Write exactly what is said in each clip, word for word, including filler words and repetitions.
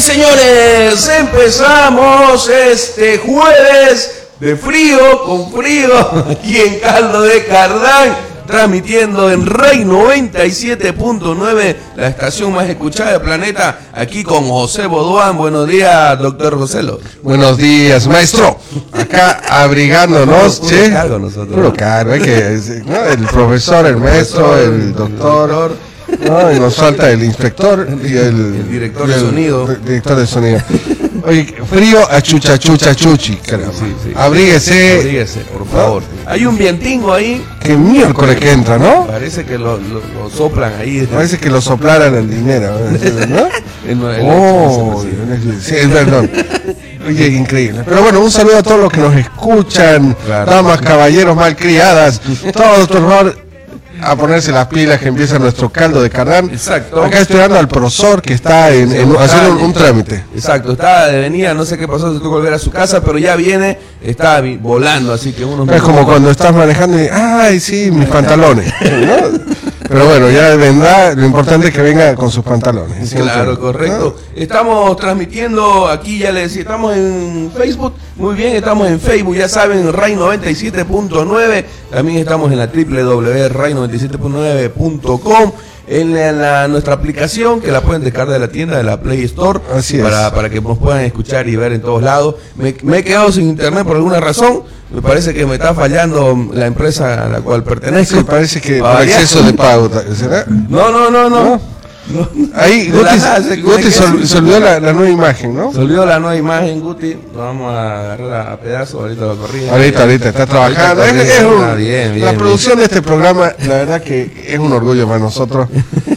señores, empezamos este jueves de frío, con frío, aquí en Caldo de Cardán, transmitiendo en Rey noventa y siete punto nueve, la estación más escuchada del planeta, aquí con José Bodoán. Buenos días, doctor Joselo. Buenos días, maestro. Acá abrigándonos, puro, che. puro cargo nosotros. Puro cargo, hay que, ¿no? El profesor, el maestro, el doctor, ¿no? Y nos falta el inspector y el, el director y el de sonido. Director de sonido. Oye, frío a chucha chucha chuchi, creo. Sí, sí. Abríguese. Abríguese, por favor. Hay un vientingo ahí. Qué miércoles que entra, ¿no? Parece que lo, lo, lo soplan ahí. Parece que lo soplaran el dinero, ¿no? El, el, oh, sí, perdón. Oye, increíble. Pero bueno, un saludo a todos los que nos escuchan, claro. Damas, caballeros, malcriadas, todos, por favor, a ponerse las pilas que empieza nuestro caldo de Cardán. Exacto. Acá esperando al profesor que está en, en, en haciendo un, un trámite. Exacto, está de venida, no sé qué pasó, se tuvo que volver a su casa, pero ya viene, está volando, así que uno... Es como cuando estás manejando y, ay, sí, mis pantalones, ¿no? Pero bueno, ya vendrá, lo importante es que venga con sus pantalones. Claro, correcto. ¿No? Estamos transmitiendo, aquí ya les decía, estamos en Facebook, muy bien, estamos en Facebook, ya saben, Ray noventa y siete punto nueve, también estamos en la doble u doble u doble u punto ray noventa y siete punto nueve punto com, en, la, en la, nuestra aplicación, que la pueden descargar de la tienda, de la Play Store, así para, es. para que nos puedan escuchar y ver en todos lados. Me, me he quedado sin internet por alguna razón. Me parece que me está fallando la empresa a la cual pertenezco. Sí, parece que por exceso de pauta, ¿será? No, no, no, no. ¿No? No. Ahí Guti, se, Guti se, se olvidó la, la nueva imagen, ¿no? Se olvidó la nueva imagen, Guti. Vamos a agarrar a pedazos, ahorita lo corrijo. Ahorita, ahorita, está trabajando. Ahorita es, es un, ah, bien, bien, la bien. producción de este programa, la verdad que es un orgullo para nosotros.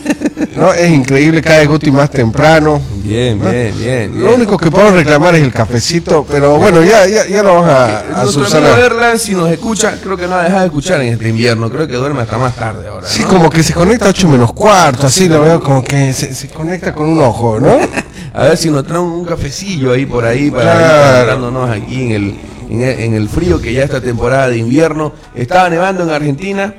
¿No? Es increíble, cae Guti más temprano. Bien, ¿no? bien, bien, bien. Lo único que podemos reclamar es el cafecito, pero bueno, ya, ya, ya lo vamos a, a subsanar. Erlan, si nos escucha, creo que no ha dejado de escuchar en este invierno, creo que duerme hasta más tarde ahora, ¿no? Sí, como que se conecta a ocho menos cuarto, así lo veo como que se, se conecta con un ojo, ¿no? A ver si nos traen un cafecillo ahí por ahí para claro. ir dándonos aquí en el, en el, en el frío que ya esta temporada de invierno. Estaba nevando en Argentina.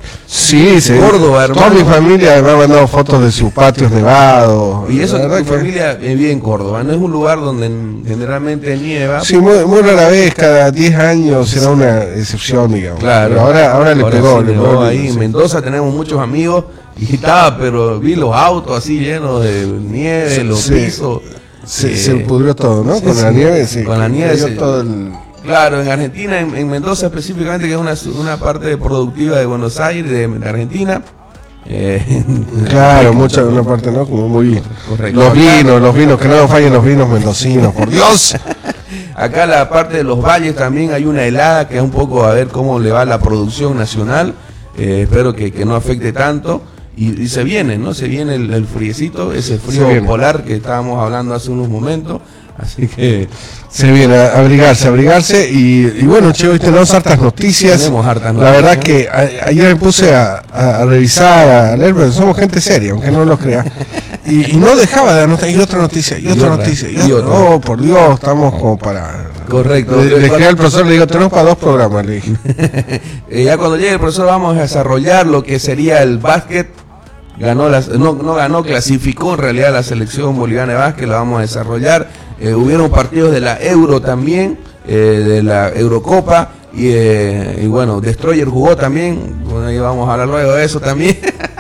Sí, sí. Córdoba, hermano. Toda mi familia me ha mandado fotos de sus patios nevados. Y eso que tu que... familia vive en Córdoba, no es un lugar donde generalmente nieva. Sí, muy, muy rara vez, cada diez años será una excepción, digamos. Claro. Pero ahora, ahora le ahora pegó. Sí, le pegó pegó ahí sí. En Mendoza tenemos muchos amigos y estaba, pero vi los autos así llenos de nieve, sí, los sí. pisos. Se, eh, se pudrió todo, ¿no? Sí, con sí. la nieve, sí. Con la nieve. Se... Se... todo el... Claro, en Argentina, en, en Mendoza específicamente, que es una, una parte productiva de Buenos Aires, de, de Argentina. Eh, claro, mucha una parte, ¿no? Como muy... Correcto. Los vinos, los vinos, que no nos fallen los vinos mendocinos, por Dios. Acá la parte de los valles también hay una helada que es un poco a ver cómo le va la producción nacional. Eh, espero que, que no afecte tanto. Y, y se viene, ¿no? Se viene el, el friecito, ese frío polar que estábamos hablando hace unos momentos. Así que se viene a abrigarse, a abrigarse y, y bueno, che, hoy tenemos hartas noticias. Tenemos hartas noticias. La verdad ¿no? que a, ayer me puse a, a, a revisar, a leer, pero somos gente seria, aunque no lo crea. Y, y no dejaba de anotar, y otra noticia, y, y otra, otra noticia, y, y otra. Oh, por Dios, estamos como para... Correcto. Le, le escribí al profesor, le digo, tenemos para dos programas, le dije. eh, ya cuando llegue el profesor vamos a desarrollar lo que sería el básquet. Ganó las, no, no ganó, clasificó en realidad la selección boliviana de básquet, la vamos a desarrollar. Eh, hubieron partidos de la Euro también, eh, de la Eurocopa, y, eh, y bueno, Destroyer jugó también, bueno, ahí vamos a hablar luego de eso también.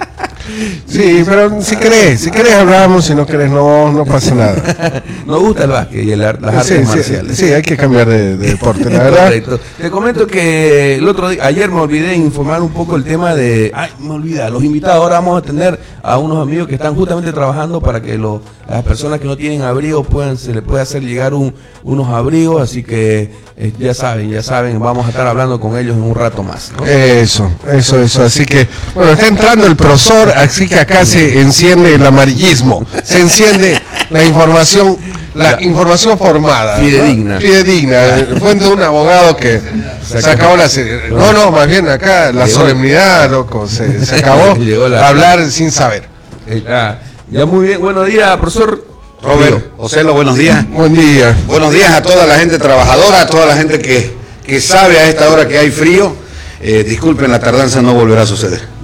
Sí, pero si querés, si querés hablamos, si no querés no, no pasa nada. Nos gusta el básquet y el, las artes sí, marciales. Sí, sí, hay que cambiar de, de deporte, la verdad. Correcto. Te comento que el otro día, ayer me olvidé de informar un poco el tema de, ay, me olvidé, los invitados, ahora vamos a tener a unos amigos que están justamente trabajando para que lo, las personas que no tienen abrigos puedan, se les pueda hacer llegar un, unos abrigos, así que eh, ya saben, ya saben, vamos a estar hablando con ellos en un rato más, ¿no? Eso, eso, eso, así que, bueno, está entrando el profesor, así que acá se enciende el amarillismo, se enciende la información, la, la información formada, fidedigna, ¿no? Fidedigna, fuente de un abogado que se, se acabó la, no, no, más bien acá la solemnidad, loco, se, se acabó la, hablar sin saber. Eh, ah, ya muy bien, buenos días, profesor Robert, Joselo, buenos días. Buen día. Buenos días a toda la gente trabajadora, a toda la gente que, que sabe a esta hora que hay frío. Eh, disculpen la tardanza, no volverá a suceder.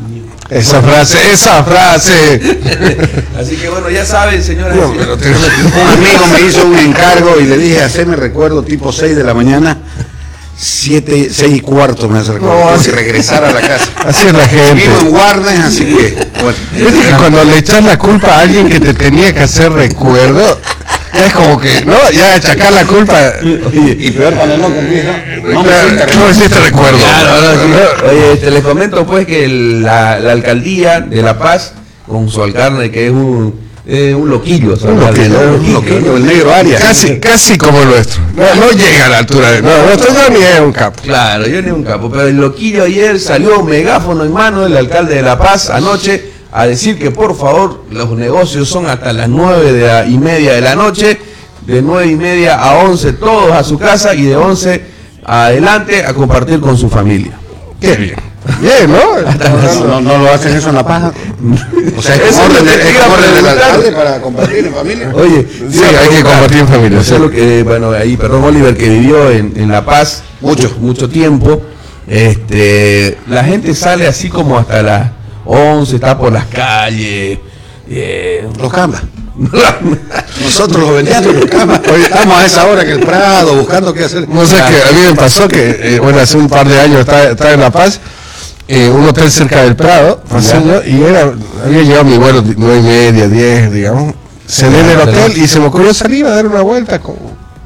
Esa frase, esa frase. Así que bueno, ya saben, señoras No, y pero señores. te- Un amigo me hizo un encargo y le dije, haceme recuerdo tipo seis de la mañana, siete, seis y cuarto me hace recuerdo. No, Tengo así- que regresar a la casa. Así es la gente. Vivo en Warnes, así que, bueno. Viste que cuando le echas la culpa a alguien que te tenía que hacer recuerdo, ya es como que, ¿no? Ya achacar la culpa. Y peor cuando no cumplís, ¿no? No me Claro, hiciste no me hiciste recuerdo. Claro, no, sí. Oye, este, les comento pues que el- la, la alcaldía de La Paz, con su alcalde que es un, eh, un loquillo, su Un alcalde, loquillo, ¿no? un loquillo, el negro Arias. Casi, casi como el nuestro. No, no llega a la altura de. No, nuestro ya ni es un capo. Claro, yo ni un capo, pero el loquillo ayer salió megáfono en mano del alcalde de La Paz anoche a decir que por favor los negocios son hasta las nueve de la, y media de la noche, de nueve y media a once todos a su casa y de once adelante a compartir con su familia. Qué bien. Bien, ¿no? No, no, no lo hacen eso en La Paz. O sea, es Eso como es lo orden, que de- te es iba a como orden del preguntar. alcalde para compartir en familia. Oye, Sí, hay que compartir en familia, Eso es sí. lo que, bueno, ahí, perdón, Oliver, que vivió en, en La Paz Mucho. mucho tiempo. Este, la gente sale así como hasta las once, está por las calles. eh, Los cambas. Nosotros los vendiamos los cambas. Hoy estamos a esa hora que el Prado buscando qué hacer. No sé, que a mí me pasó que, eh, bueno, hace un par de años estaba, estaba en La Paz, eh, un hotel cerca del Prado, pasé yo, y era, había llegado mi vuelo nueve y media, diez, digamos. Cené en el hotel y se me ocurrió salir a dar una vuelta con...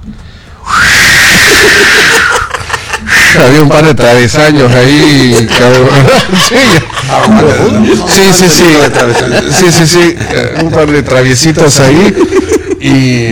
Había un par de travesaños ahí, cabrón. Sí, sí, sí, sí, sí, sí, sí, eh, un par de traviesitos ahí. Y,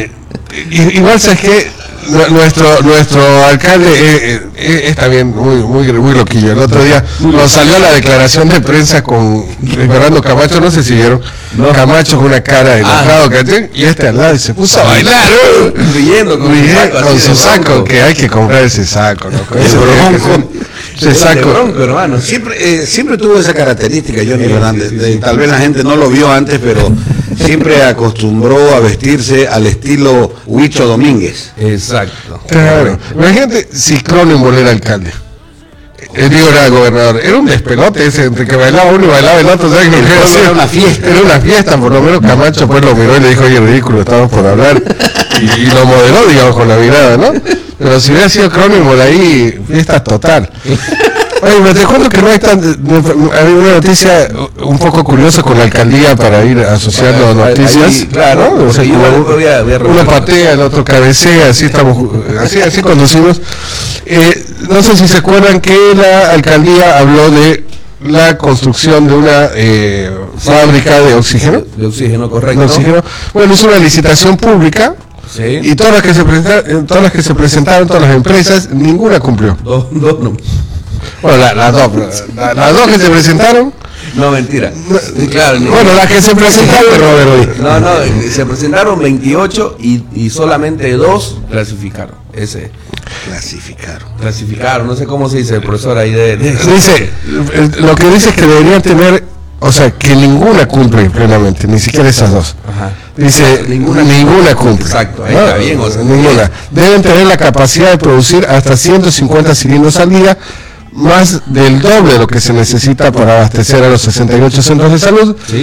y- igual, ¿sabes qué? Nu- Nuestro, nuestro alcalde es, es- es también muy, muy, muy loquillo. El otro día nos salió la declaración de prensa con Fernando Camacho, no sé si vieron. Camacho con una cara de enojado, ¿cachai? Y este al lado y se puso a bailar, ¿no? riendo con su Bien, saco, así con de su saco, bronco. que hay que comprar ese saco, ¿no? Con El ese bronco. ese De saco. bronco, hermano. Siempre, eh, siempre tuvo esa característica, Johnny, ¿verdad? De- de- tal vez la gente no lo vio antes, pero siempre acostumbró a vestirse al estilo Huicho Domínguez. Exacto. Claro. Imagínate si Cronenberg era alcalde. Eh, digo, era gobernador. Era un despelote ese, entre que bailaba uno y bailaba el otro. ¿Sabes? El Era, pueblo era una fiesta. Era una fiesta, por lo menos Camacho pues lo miró y le dijo, oye, ridículo, estamos por hablar. Y, y lo moderó, digamos, con la mirada, ¿no? Pero si hubiera sido Cronenberg ahí, fiesta total. Oye, me te cuento que no hay tan... Había una noticia un poco curiosa con la alcaldía para ir asociando Ahí- noticias. ahí, claro, ¿no? O sea, porque como igual voy a- voy a uno revisar. patea, el otro cabecea, así estamos, así, así conducimos. Eh, no sé si se acuerdan que la alcaldía habló de la construcción de una eh, fábrica de oxígeno. De oxígeno, correcto. De oxígeno. Bueno, hizo una licitación pública. Sí. Y todas las que se presentaron, todas las que se presentaron, todas las empresas, ninguna cumplió. Dos, dos, no. Bueno, la- las dos, la- las dos que se presentaron, No, mentira. Sí, claro. no. bueno, las que se presentaron, Robert, No, no, se presentaron veintiocho y, y solamente dos clasificaron. Ese, Clasificaron. clasificaron, no sé cómo se dice el profesor ahí de... de- dice, eh, lo que dice es que deberían tener, o sea, que ninguna cumple plenamente, ni siquiera esas dos. Ajá. Dice, Ninguna- ninguna, cumple. Exacto, ahí ¿no? está bien, o sea, ninguna. Deben tener la capacidad de producir hasta ciento cincuenta cilindros al día, más del doble de lo que se necesita para abastecer a los sesenta y ocho centros de salud. Sí.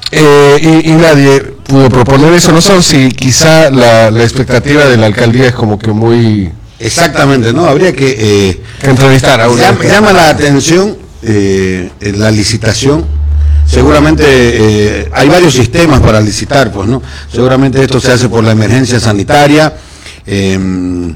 Eh, y, y nadie pudo proponer eso. No sé si quizá la, la expectativa de la alcaldía es como que muy... Exactamente, ¿no? Habría que... eh, que entrevistar a uno. llama, llama la atención eh, en la licitación. Seguramente eh, hay varios sistemas para licitar, pues, ¿no? Seguramente esto se hace por la emergencia sanitaria. eh,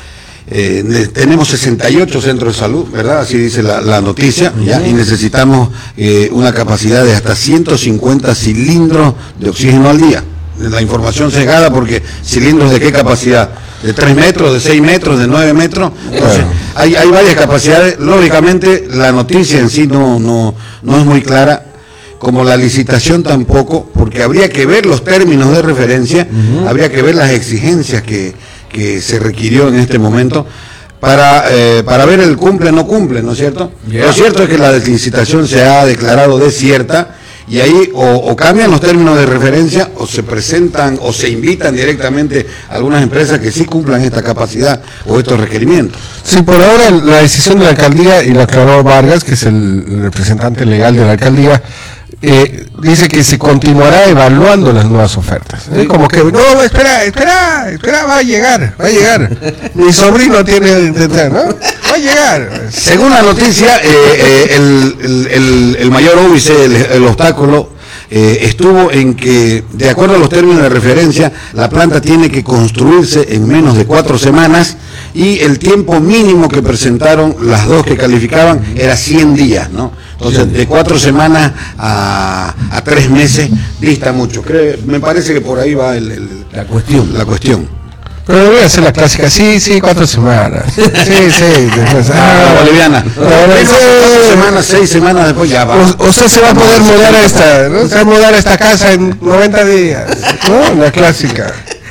eh, ne- tenemos sesenta y ocho centros de salud, ¿verdad? Así dice la, la noticia, ¿ya? Y necesitamos eh, una capacidad de hasta ciento cincuenta cilindros de oxígeno al día. La información sesgada porque cilindros de qué capacidad, de tres metros, de seis metros, de nueve metros. Entonces, hay, hay varias capacidades. Lógicamente, la noticia en sí no, no, no es muy clara, como la licitación tampoco, porque habría que ver los términos de referencia, habría que ver las exigencias que, que se requirió en este momento para, eh, para ver el cumple o no cumple, ¿no es cierto? Yeah. Lo cierto es que la licitación se ha declarado desierta y ahí o, o cambian los términos de referencia o se presentan o se invitan directamente a algunas empresas que sí cumplan esta capacidad o estos requerimientos. Sí, por ahora la decisión de la alcaldía, y lo aclaró Vargas, que es el representante legal de la alcaldía, eh, dice que se continuará evaluando las nuevas ofertas. ¿Eh? Como que, no, espera, espera, espera, va a llegar, va a llegar. Mi sobrino tiene, ¿no? Va a llegar. Según la noticia, eh, eh, el, el, el, el mayor óbice, el, el obstáculo, eh, estuvo en que, de acuerdo a los términos de referencia, la planta tiene que construirse en menos de cuatro semanas y el tiempo mínimo que presentaron las dos que calificaban era cien días, ¿no? Entonces, de cuatro semanas a, a tres meses dista mucho. Creo, me parece que por ahí va el, el, la cuestión. La cuestión. Pero debería ser la clásica, sí, sí, cuatro semanas. Sí, sí, después, ah, la boliviana. Cuatro semanas, seis semanas después ya va. O, usted se va a poder mudar a esta, ¿no? Se va a mudar a esta casa en noventa días, ¿no? La clásica.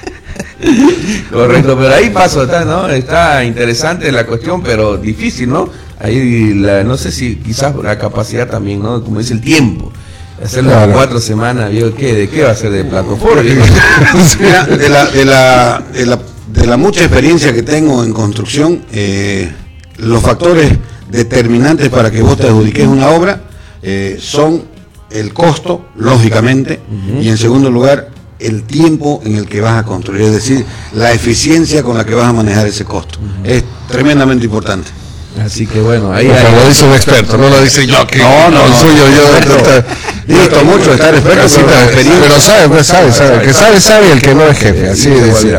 Correcto, pero ahí paso, está, ¿no? Está interesante la cuestión, pero difícil, ¿no? Ahí, la, no sé si quizás la capacidad también, ¿no? Como dice el tiempo. Hacerlo claro. En cuatro semanas, ¿vio? ¿Qué? ¿De qué va a ser? ¿De plataforma? Mira, de la, de, la, de, la, de la mucha experiencia que tengo en construcción, eh, los factores determinantes para que vos te adjudiques una obra eh, son el costo, lógicamente, uh-huh. y en segundo lugar, el tiempo en el que vas a construir, es decir, la eficiencia con la que vas a manejar ese costo. Uh-huh. Es tremendamente importante. Así que bueno, ahí, o sea, ahí lo dice un experto, no lo dice yo que no, no, no, suyo, yo listo mucho estar experto, sí, pero, pero sabe, pues sabe, sabe, que sabe, sabe el que no es jefe, así decía.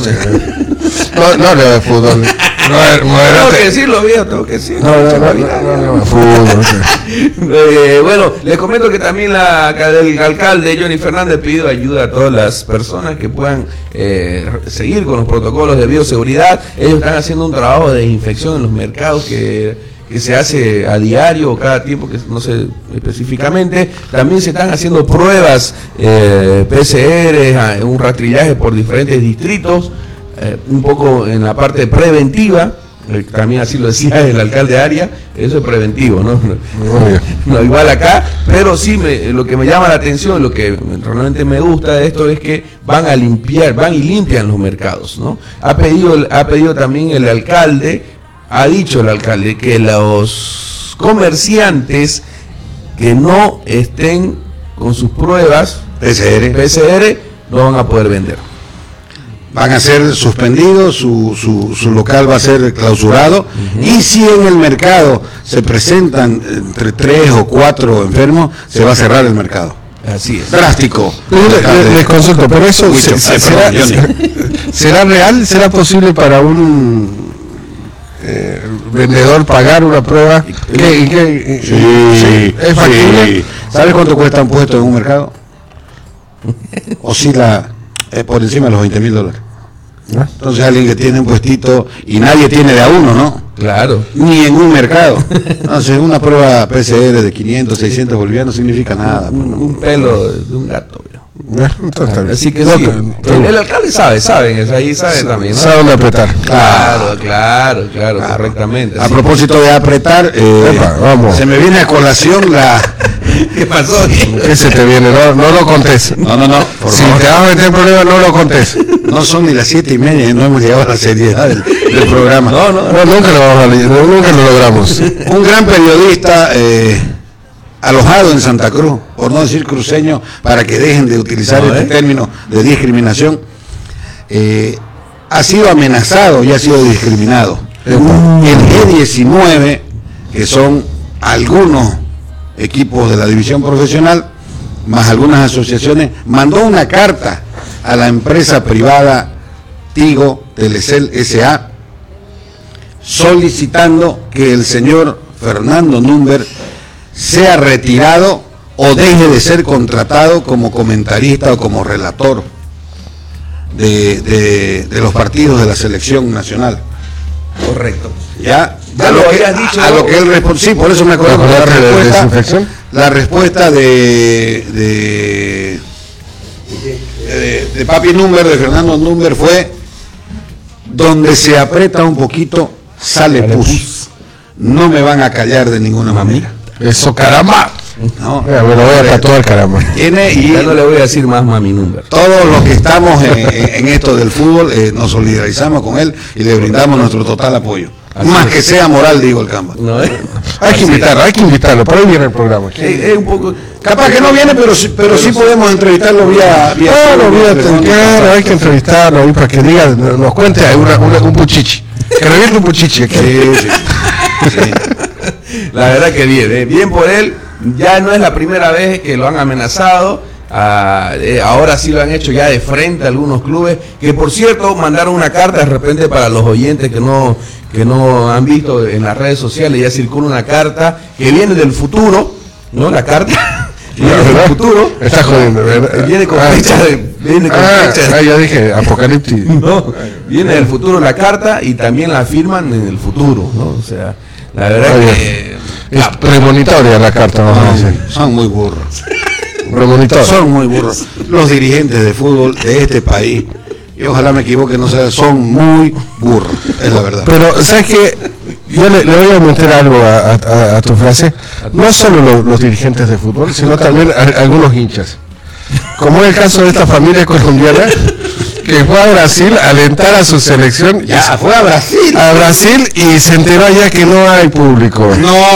No, no le va de fútbol. No, tengo que decirlo, viejo, tengo que decirlo. No, no, no, no, no, no, fútbol. eh, bueno, les comento que también la, el alcalde Johnny Fernández pidió ayuda a todas las personas que puedan eh, seguir con los protocolos de bioseguridad. Ellos están haciendo un trabajo de desinfección en los mercados que que se hace a diario o cada tiempo, que no sé específicamente. También se están haciendo pruebas eh, P C R, un rastrillaje por diferentes distritos, eh, un poco en la parte preventiva, eh, también así lo decía el alcalde Arias, eso es preventivo, ¿no? No igual acá, pero sí me, lo que me llama la atención, lo que realmente me gusta de esto es que van a limpiar, van y limpian los mercados, ¿no? Ha pedido, ha pedido también el alcalde, ha dicho el alcalde que los comerciantes que no estén con sus pruebas P C R, P C R no van a poder vender. Van a ser suspendidos, su, su, su local va a ser clausurado, uh-huh. y si en el mercado se presentan entre tres o cuatro enfermos, se va a cerrar el mercado. Así es. Drástico. Les le consulto, pero eso Uy, se, se, será, ¿será real? ¿Será posible para un Eh, vendedor pagar una prueba? ¿Qué, qué, sí, sí, ¿Es factible? Sí. ¿Sabes cuánto cuesta un puesto en un mercado? Oscila eh, por encima de los veinte mil dólares. Entonces alguien que tiene un puestito y nadie tiene de a uno, ¿no? Claro. Ni en un mercado. Entonces una prueba P C R de quinientos, seiscientos bolivianos significa nada. Un, ¿no? un pelo de un gato. Entonces, así que sí, el, el alcalde sabe, saben, ahí sabe también, ¿no? Sabe dónde apretar. Claro, claro, claro, claro, correctamente. A sí. propósito de apretar, eh, Epa, vamos. se me viene a colación la... ¿Qué pasó? ¿Qué se te viene? No, no lo contés. No, no, no. Si favor. Te vas a meter en problemas, no lo contés. No son ni las siete y media y no hemos llegado a la seriedad del, del programa. No, no, no, nunca lo vamos a leer, nunca lo logramos. Un gran periodista eh, alojado en Santa Cruz, por no decir cruceño, para que dejen de utilizar no, este ¿eh? término de discriminación, eh, ha sido amenazado y ha sido discriminado. El G diecinueve, que son algunos equipos de la división profesional, más algunas asociaciones, mandó una carta a la empresa privada Tigo Telecel S A solicitando que el señor Fernando Number sea retirado o deje de ser contratado como comentarista o como relator de, de, de los partidos de la selección nacional. Correcto. Ya, ya a lo, lo que, habías dicho. A, a lo que él responde, sí, por eso me acuerdo de la respuesta, la respuesta de de, de de Papi Number, de Fernando Number, fue: donde se aprieta un poquito sale pus. No me van a callar de ninguna manera. Eso, caramba. No, Mira, me lo voy a tatuar, caramba. Tiene y Ya no le voy a decir más mami number. todos los que estamos en, en esto del fútbol eh, nos solidarizamos con él y le brindamos nuestro total apoyo. Así Más es. que sea moral, digo el Camba. ¿No, eh? Hay que invitarlo, hay que invitarlo. Por ahí viene el programa. Es, es un poco... Capaz que no viene, pero sí, pero sí podemos entrevistarlo vía... vía Claro, vía mira, telefónica. claro, hay que entrevistarlo ahí para que diga, nos cuente una, una, un puchichi. Que reviente un puchichi aquí. Sí, sí. Sí. La verdad que bien, eh, bien por él. Ya no es la primera vez que lo han amenazado. Ah, eh, ahora sí lo han hecho ya de frente a algunos clubes, que por cierto mandaron una carta de repente para los oyentes que no que no han visto en las redes sociales. Ya circula una carta que viene del futuro, ¿no? La carta viene del ¿Verdad? futuro. Está jodiendo, ¿verdad? Viene con Ah, fecha de, viene con Ah, fecha de- ah, ya dije, apocalipsis. no, viene del futuro la carta y también la firman en el futuro, ¿no? O sea, la verdad Ah, que Es premonitoria la carta, vamos a decir. Son, son muy burros. Premonitoria. Son muy burros. Los dirigentes de fútbol de este país, y ojalá me equivoque, no sé, son muy burros, es la verdad. Pero, ¿sabes qué? Yo le, le voy a meter algo a, a- a tu frase. No solo los, los dirigentes de fútbol, sino también a- algunos hinchas. Como es el caso de esta familia colombiana que fue a Brasil a alentar a su selección. Ya fue a Brasil. A Brasil y se enteró ya que no hay público.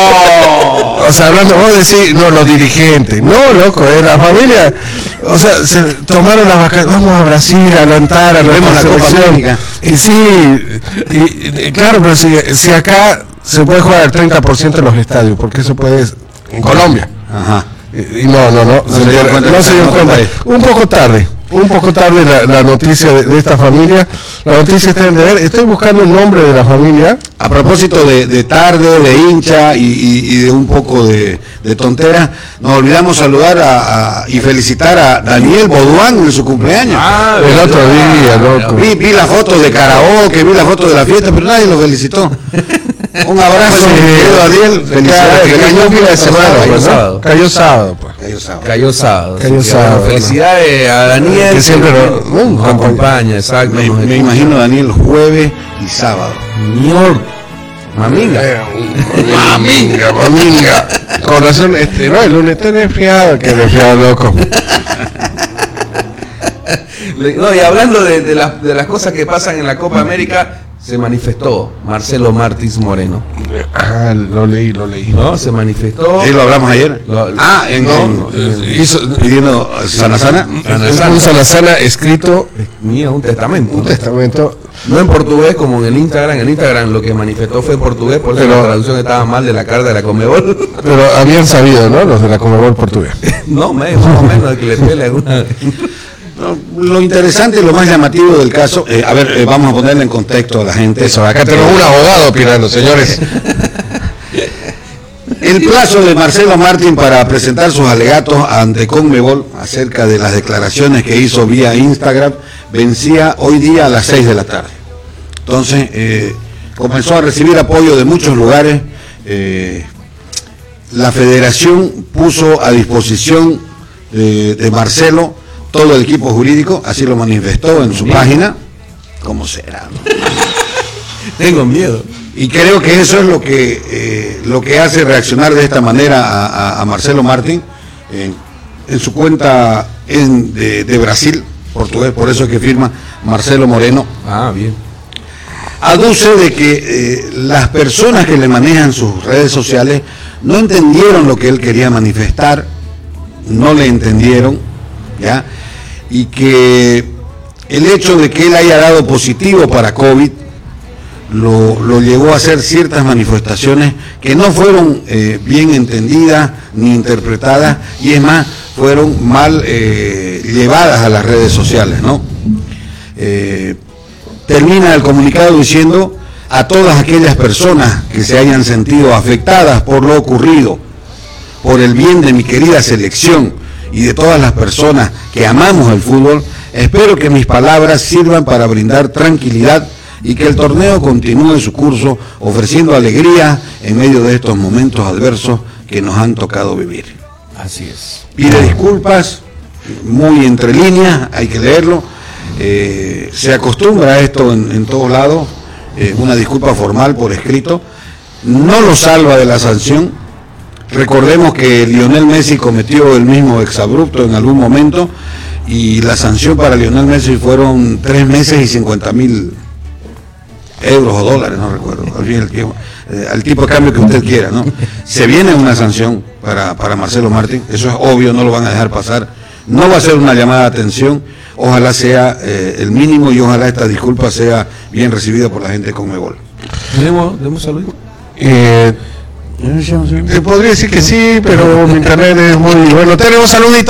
No. O sea, hablando, vos decís, no, los dirigentes. No, loco, eh, la familia. O sea, se tomaron las vacaciones. Vamos a Brasil a alentar a Vemos nuestra la Copa selección. América. Y sí, y, y claro, pero si, si acá se puede jugar al treinta por ciento en los estadios, porque eso puede en Colombia. Ajá. Y, y no, no, no, No se dio cuenta no que se dio está en otro cuenta. país. Un poco tarde, un poco tarde la, la noticia de, de esta familia. La noticia está en el deber. Estoy buscando el nombre de la familia. A propósito de, de tarde, de hincha y, y- y de un poco de, de tontera, nos olvidamos saludar a, a- y felicitar a Daniel Boduán en su cumpleaños. Ah, El otro día, loco. Vi, vi las fotos de karaoke, vi las fotos de la fiesta, pero nadie lo felicitó. Un abrazo, Sí. querido Daniel. Claro, que Felicidades. cayó un fin de semana, Cayó pues, ¿no? sábado. Cayó sábado, pues. Cayó sábado. cayó sábado. Cayó así que, sábado, bueno, felicidades a Daniel, Que siempre lo- nos nos acompaña, exacto. Me, nos me escucha. imagino Daniel jueves y sábado. Señor, maminga. Maminga, maminga. Con razón, este, no, el lunes está resfriado, que resfriado, loco. Le- No, y hablando de, de las, de las cosas que pasan en la Copa América, se manifestó Marcelo Martins Moreno, Ah, lo leí, lo leí. ¿no? Se manifestó. ¿Sí lo hablamos ayer? Lo- ah, en, No, en- eh, hizo, pidiendo sana sana. es un Salazana escrito, Mía, un testamento. un ¿no? testamento. No en portugués como en el Instagram. En el Instagram lo que manifestó fue en portugués, por eso Pero- la traducción estaba mal de la carta de la Conmebol. Pero habían sabido, ¿no? Los de la Conmebol portugués. No, me- más o menos que le pele alguna. No, lo interesante y lo más llamativo del caso, eh, a ver, eh, vamos a ponerle en contexto a la gente. Eso, acá tenemos un abogado opinando, señores. El plazo de Marcelo Martín para presentar sus alegatos ante Conmebol acerca de las declaraciones que hizo vía Instagram vencía hoy día a las seis de la tarde. Entonces, eh, comenzó a recibir apoyo de muchos lugares. eh, la federación puso a disposición de, de Marcelo todo el equipo jurídico, así lo manifestó en su Bien. página. ¿Cómo será? ¿no? Tengo miedo. Y creo que eso es lo que eh, lo que hace reaccionar de esta manera a, a- a Marcelo Martín en, en su cuenta en, de, de Brasil, portugués, por eso es que firma Marcelo Moreno. Ah, bien. Aduce de que eh, las personas que le manejan sus redes sociales no entendieron lo que él quería manifestar, no le entendieron, ¿ya? Y que el hecho de que él haya dado positivo para COVID lo, lo llevó a hacer ciertas manifestaciones que no fueron eh, bien entendidas ni interpretadas, y es más, fueron mal eh, llevadas a las redes sociales, ¿no? Eh, termina el comunicado diciendo: a todas aquellas personas que se hayan sentido afectadas por lo ocurrido, por el bien de mi querida selección y de todas las personas que amamos el fútbol, espero que mis palabras sirvan para brindar tranquilidad y que el torneo continúe su curso ofreciendo alegría en medio de estos momentos adversos que nos han tocado vivir. Así es. Pide disculpas, muy entre líneas, hay que leerlo. Eh, se acostumbra a esto en, en todos lados, eh, una disculpa formal por escrito. No lo salva de la sanción, Recordemos que Lionel Messi cometió el mismo exabrupto en algún momento y la sanción para Lionel Messi fueron tres meses y cincuenta mil euros o dólares, no recuerdo, al fin y al tiempo, eh, al tipo de cambio que usted quiera, ¿no? Se viene una sanción para, para Marcelo Martín, eso es obvio, no lo van a dejar pasar, no va a ser una llamada de atención, ojalá sea eh, el mínimo y ojalá esta disculpa sea bien recibida por la gente de Conmebol. ¿Tenemos, tenemos saludos? Eh, Te podría decir que sí, pero mi internet es muy bueno. Tenemos saluditos.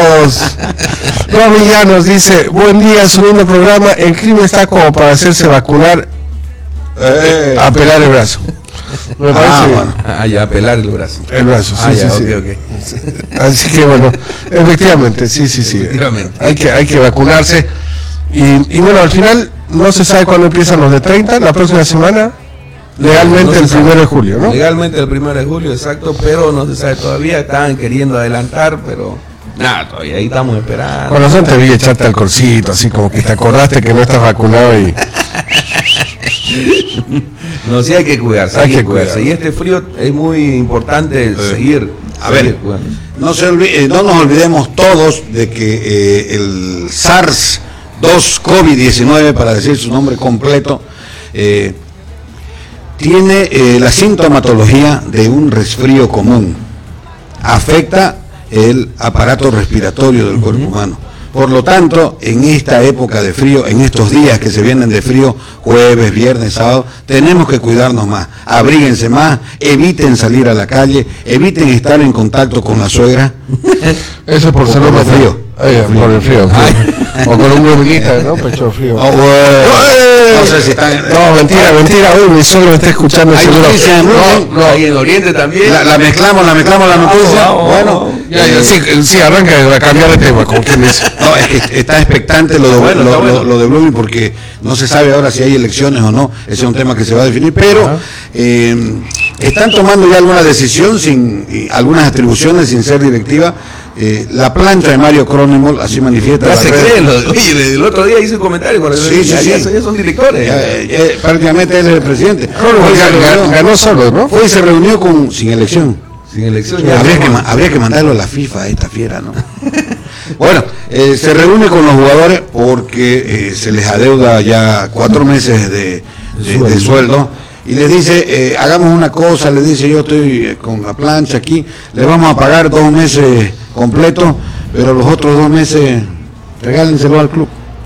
Rob Villanos dice: buen día, su lindo programa. El clima está como para hacerse vacunar, eh, a pelar el brazo. Me parece. Ah, bueno. Ah, ya, pelar el brazo. El brazo, sí, ah, sí, ya, sí. Okay, okay. Así que bueno, efectivamente, sí, sí, sí. Efectivamente. Hay que, hay que vacunarse. Y, y bueno, al final no se sabe cuándo empiezan los de treinta, la próxima semana. Legalmente no el primero de julio, ¿no? Legalmente el primero de julio, exacto, pero no se sabe todavía, estaban queriendo adelantar, pero nada, todavía ahí estamos esperando. Con razón te vi echarte al corcito, así como que te acordaste que no estás vacunado y... No, sí hay que cuidarse, hay, hay que, que cuidarse. cuidarse. Y este frío es muy importante sí. seguir. A seguir, ver, bueno. no, se olvide, no nos olvidemos todos de que eh, el SARS dos COVID diecinueve, para decir su nombre completo, eh, tiene eh, la sintomatología de un resfrío común. Afecta el aparato respiratorio del cuerpo humano. Por lo tanto, en esta época de frío, en estos días que se vienen de frío, jueves, viernes, sábado, tenemos que cuidarnos más. Abríguense más, eviten salir a la calle, eviten estar en contacto con la suegra. Eso es por salud de frío. Ay, por el frío. O con un bromillita, ¿no? Pecho frío. Oh, bueno. No sé si están... No, mentira, mentira. Uy, mi suegro está escuchando. Hay noticia, no, no, ahí en Oriente también. La, la mezclamos, la mezclamos la noticia. Oh, oh, bueno, ya, ya, sí, sí, arranca a cambiar de tema, como quien dice. No, es que está expectante lo de, bueno, lo, bueno. lo, lo de Blooming porque no se sabe ahora si hay elecciones o no. Ese es un tema que se va a definir, pero eh, están tomando ya alguna decisión, sin eh, algunas atribuciones sin ser directiva. Eh, la plancha de Mario Cronenberg, así manifiesta. Ya se creen, oye, el otro día hice un comentario con el sí, sí, ya, sí. Ya, ya son directores. Ya, ya, prácticamente él es el presidente. Cronenberg ganó, ganó solo, ¿no? Fue y se reunió con sin elección. Sin elección. Ya, habría, que, habría que mandarlo a la FIFA a esta fiera, ¿no? Bueno, eh, se reúne con los jugadores porque eh, se les adeuda ya cuatro meses de, de, de sueldo. Y les dice, eh, hagamos una cosa, les dice, yo estoy con la plancha aquí, les vamos a pagar dos meses completos, pero los otros dos meses regálenselo al club.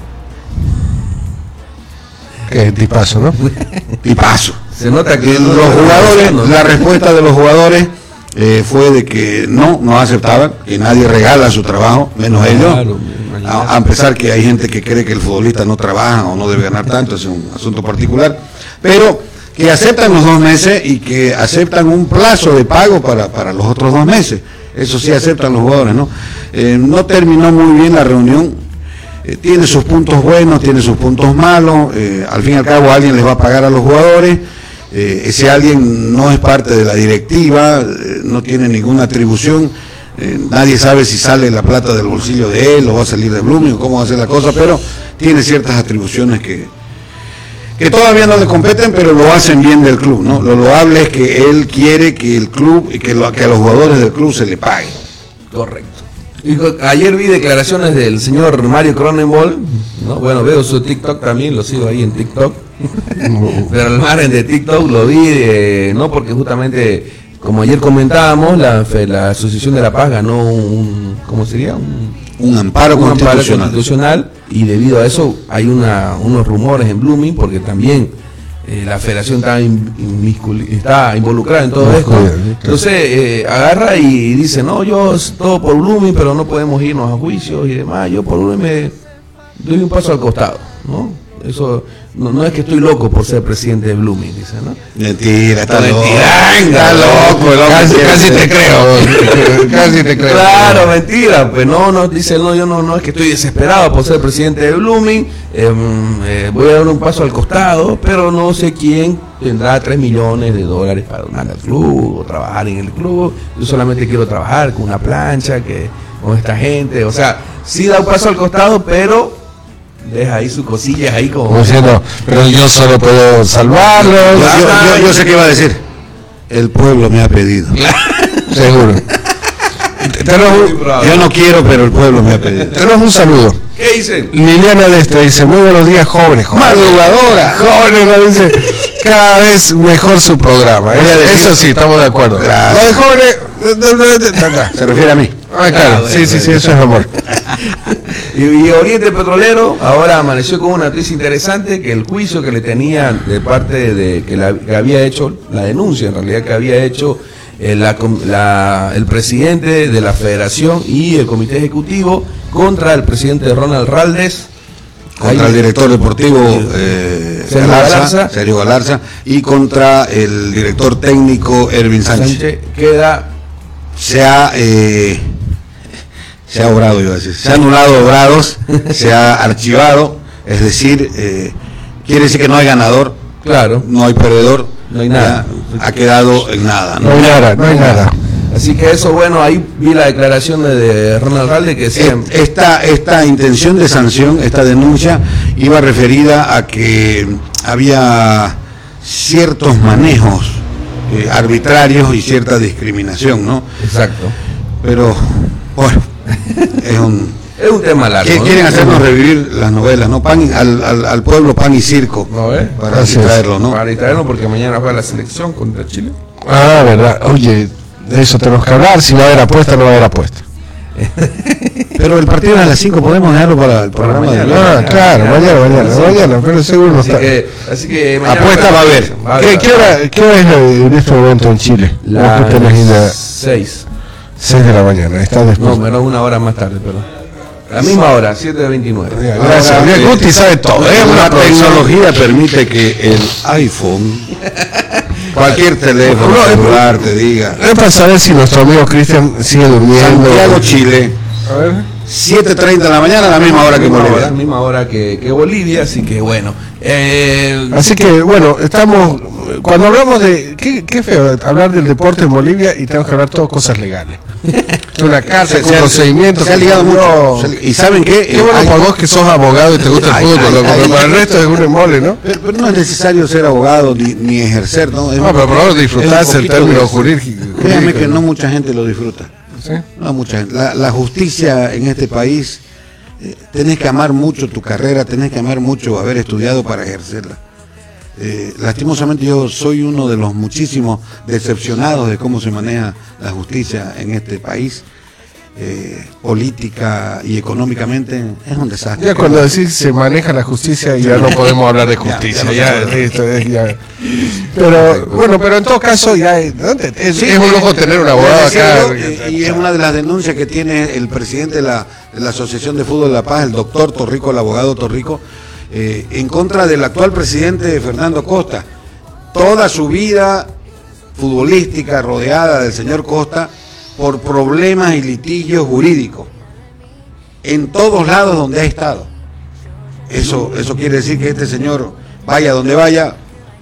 Qué tipazo, ¿no? Tipazo. Se nota que los jugadores, la respuesta de los jugadores eh, fue de que no, no aceptaban, que nadie regala su trabajo, menos ellos. Claro, a, a pesar que hay gente que cree que el futbolista no trabaja o no debe ganar tanto, es un asunto particular, pero que aceptan los dos meses y que aceptan un plazo de pago para, para los otros dos meses. Eso sí aceptan los jugadores, ¿no? Eh, no terminó muy bien la reunión, eh, tiene sus puntos buenos, tiene sus puntos malos, eh, al fin y al cabo alguien les va a pagar a los jugadores, eh, ese alguien no es parte de la directiva, eh, no tiene ninguna atribución, eh, nadie sabe si sale la plata del bolsillo de él o va a salir de Blooming o cómo va a ser la cosa, pero tiene ciertas atribuciones que... que todavía no le competen, pero lo hacen bien del club, ¿no? Lo loable es que él quiere que el club, que, lo, que a los jugadores del club se le pague. Correcto. Y ayer vi declaraciones del señor Mario Cronenberg, ¿no? Bueno, veo su TikTok también, lo sigo ahí en TikTok, pero al margen de TikTok lo vi, de, ¿no? Porque justamente, como ayer comentábamos, la, la Asociación de la Paz ganó un, ¿cómo sería? Un, un amparo, un constitucional. amparo constitucional y debido a eso hay una, unos rumores en Blooming porque también eh, la federación está, in, está involucrada en todo esto. Entonces eh, agarra y dice, no, yo todo por Blooming, pero no podemos irnos a juicios y demás, yo por Blooming me doy un paso al costado, ¿no? Eso no, no es que estoy loco por ser presidente de Blooming, dice, ¿no? Mentira, está loco. Está loco, casi, casi te creo. Casi te creo. Claro, mentira. Pues no, no, dice, no, yo no, no es que estoy desesperado por ser presidente de Blooming. Eh, eh, voy a dar un paso al costado, pero no sé quién tendrá tres millones de dólares para donar al club o trabajar en el club. Yo solamente quiero trabajar con una plancha, que con esta gente. O sea, sí da un paso al costado, pero deja ahí sus cosillas ahí como... como diciendo, pero yo solo puedo salvarlo. Yo, yo, yo, yo sé qué va a decir. El pueblo me ha pedido. Seguro. Tenemos, yo no quiero, pero el pueblo me ha pedido. Tenemos un saludo. ¿Qué dicen? Liliana de este dice, muy buenos días, jóvenes. Madrugadora. Jóvenes, nos dice, cada vez mejor su programa. Eso, eso sí, estamos de acuerdo. Gracias. Lo de jóvenes... Se refiere a mí. Ah, claro, Ah, sí, sí, sí, eso es amor. Y, y Oriente Petrolero ahora amaneció con una noticia interesante, que el juicio que le tenían de parte de que, la, que había hecho, la denuncia en realidad que había hecho eh, la, la, el presidente de la federación y el comité ejecutivo contra el presidente Ronald Raldes, Contra el director deportivo eh, Sergio Galarza, Galarza. Sergio Galarza, y contra el director técnico Ervin Sánchez. Sánchez, queda Se ha, eh, se ha obrado, iba a decir, se ha anulado obrados, se ha archivado, es decir, eh, quiere decir que no hay ganador, claro, no hay perdedor, no hay nada, ya ha quedado en nada, No ¿no? hay nada, no hay nada. así que eso, bueno, ahí vi la declaración de, de Ronald Raldes que decía, Esta, esta intención de sanción, esta denuncia, iba referida a que había ciertos manejos eh, arbitrarios y cierta discriminación, ¿no? exacto, Pero, bueno, es un... es un tema largo, que ¿no? quieren hacernos revivir las novelas, ¿no? Pan, al, al, al pueblo pan y circo, ¿No ves? para Así es. distraerlo, ¿no? Para distraernos porque mañana juega la selección contra Chile. Ah, verdad. Oye, de eso tenemos que hablar. Si va a haber apuesta, no va a haber apuesta. Pero el partido es a las cinco, podemos dejarlo para el programa de mañana. Ah, claro, mañana, mañana, Sí. mañana, pero seguro no Así está. que, así que mañana Apuesta va a haber. ¿Qué, qué hora, ¿Qué hora es eh, en este momento en Chile? Las ¿Vos qué tenés idea? seis. seis de la mañana, está después. No, menos una hora más tarde, perdón. La misma hora, siete de veintinueve. Ya, gracias. Ahora, Bien, eh, Guti sabe todo. Es una La producción. tecnología permite que el iPhone, cualquier teléfono No, es- celular te diga, Es para saber si nuestro amigo Cristian sigue durmiendo. Santiago, Chile, A ver. siete treinta de la mañana, la misma hora que misma hora, Bolivia. misma hora que, que Bolivia, así que bueno. Eh, Así que, bueno, estamos. Cuando hablamos de. Qué, qué feo hablar del deporte en Bolivia y tenemos que hablar todo cosas legales. Una cárcel, con Se ha- procedimientos. se ha ligado no. mucho. Se ha li- ¿Y saben qué? Qué bueno Hay- por vos que sos abogado y te gusta el Ay, fútbol, ay, loco, ay. pero para el resto es un embole, ¿no? Pero, pero no es necesario ser abogado ni, ni ejercer, ¿no? Es No, un- pero por lo menos es un disfrutarse el poquito término de- jurídico. Créame que no mucha gente lo disfruta. ¿Sí? No mucha gente. La, la justicia en este país, eh, tenés que amar mucho tu carrera, tenés que amar mucho haber estudiado para ejercerla. Eh, lastimosamente yo soy uno de los muchísimos decepcionados de cómo se maneja la justicia en este país. Eh, política y económicamente es un desastre. Ya cuando decís se maneja la justicia ya no podemos hablar de justicia. Ya, Ya, ya no esto es ya. Pero bueno, pero en todo caso ya es, es, Sí, es un lujo tener un abogado les decía acá. yo, eh, y es una de las denuncias que tiene el presidente de la, de la Asociación de Fútbol de La Paz, el doctor Torrico, el abogado Torrico, eh, en contra del actual presidente Fernando Costa. Toda su vida futbolística rodeada del señor Costa por problemas y litigios jurídicos en todos lados donde ha estado. Eso, eso quiere decir que este señor, vaya donde vaya,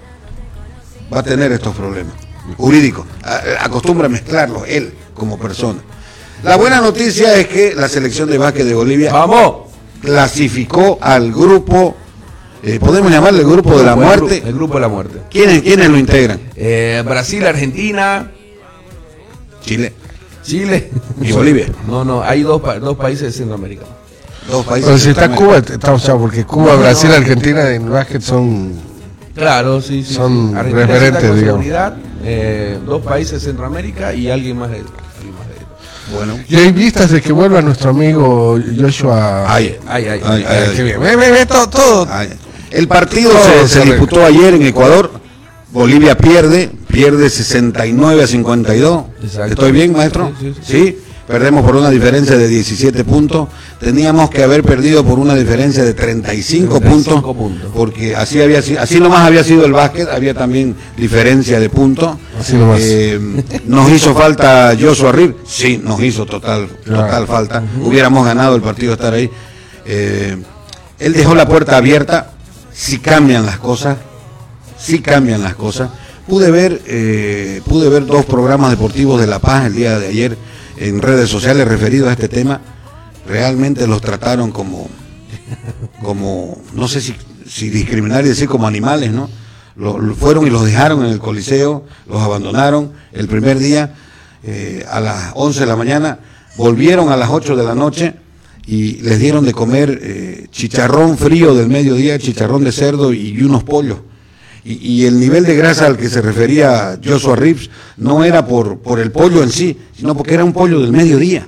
va a tener estos problemas jurídicos. A- Acostumbra a mezclarlos él como persona. La buena noticia es que la selección de básquet de Bolivia vamos. clasificó al grupo, eh, podemos llamarle el grupo de la El gru- muerte. El grupo de la muerte. ¿Quiénes, quiénes lo integran? Eh, Brasil, Argentina, Chile, Chile y Bolivia. No, no, hay dos, pa- dos países de Centroamérica. Dos países. Pero si está centroamericanos. Cuba, estamos chavos, porque Cuba, No, Brasil, no. Argentina en básquet son. Claro, sí, sí. Son sí. Argentina sí referentes, está con digamos. seguridad, eh, dos países de Centroamérica y alguien más de, alguien más de Bueno. Y hay vistas de que vuelva nuestro amigo Joshua. Ay, Ay, ay, ay, Ay, ay, qué bien. Ve, ve, ve, todo, todo. ay. El partido Todo se, se correcto. disputó ayer en Ecuador. Bolivia pierde, pierde sesenta y nueve a cincuenta y dos. Exacto. ¿Estoy bien, maestro? Sí, sí, Sí, perdemos por una diferencia de diecisiete puntos. Teníamos que haber perdido por una diferencia de treinta y cinco, treinta y puntos, cinco puntos. porque así había sido, así nomás había sido el básquet, había también diferencia de puntos. Así nomás. Eh, nos hizo falta Joshua Reed, sí, nos hizo total, Claro. total falta. Hubiéramos ganado el partido estar ahí. Eh, él dejó la puerta abierta. Si cambian las cosas, si cambian las cosas. Pude ver, eh, pude ver dos programas deportivos de La Paz el día de ayer en redes sociales referidos a este tema. Realmente los trataron como, como no sé si, si discriminar y decir como animales, ¿no? Lo, lo fueron y los dejaron en el Coliseo, los abandonaron el primer día. eh, a las once de la mañana, volvieron a las ocho de la noche y les dieron de comer eh, chicharrón frío del mediodía, chicharrón de cerdo y, y unos pollos. Y, y el nivel de grasa al que se refería Joshua Reeves no era por, por el pollo en sí, sino porque era un pollo del mediodía.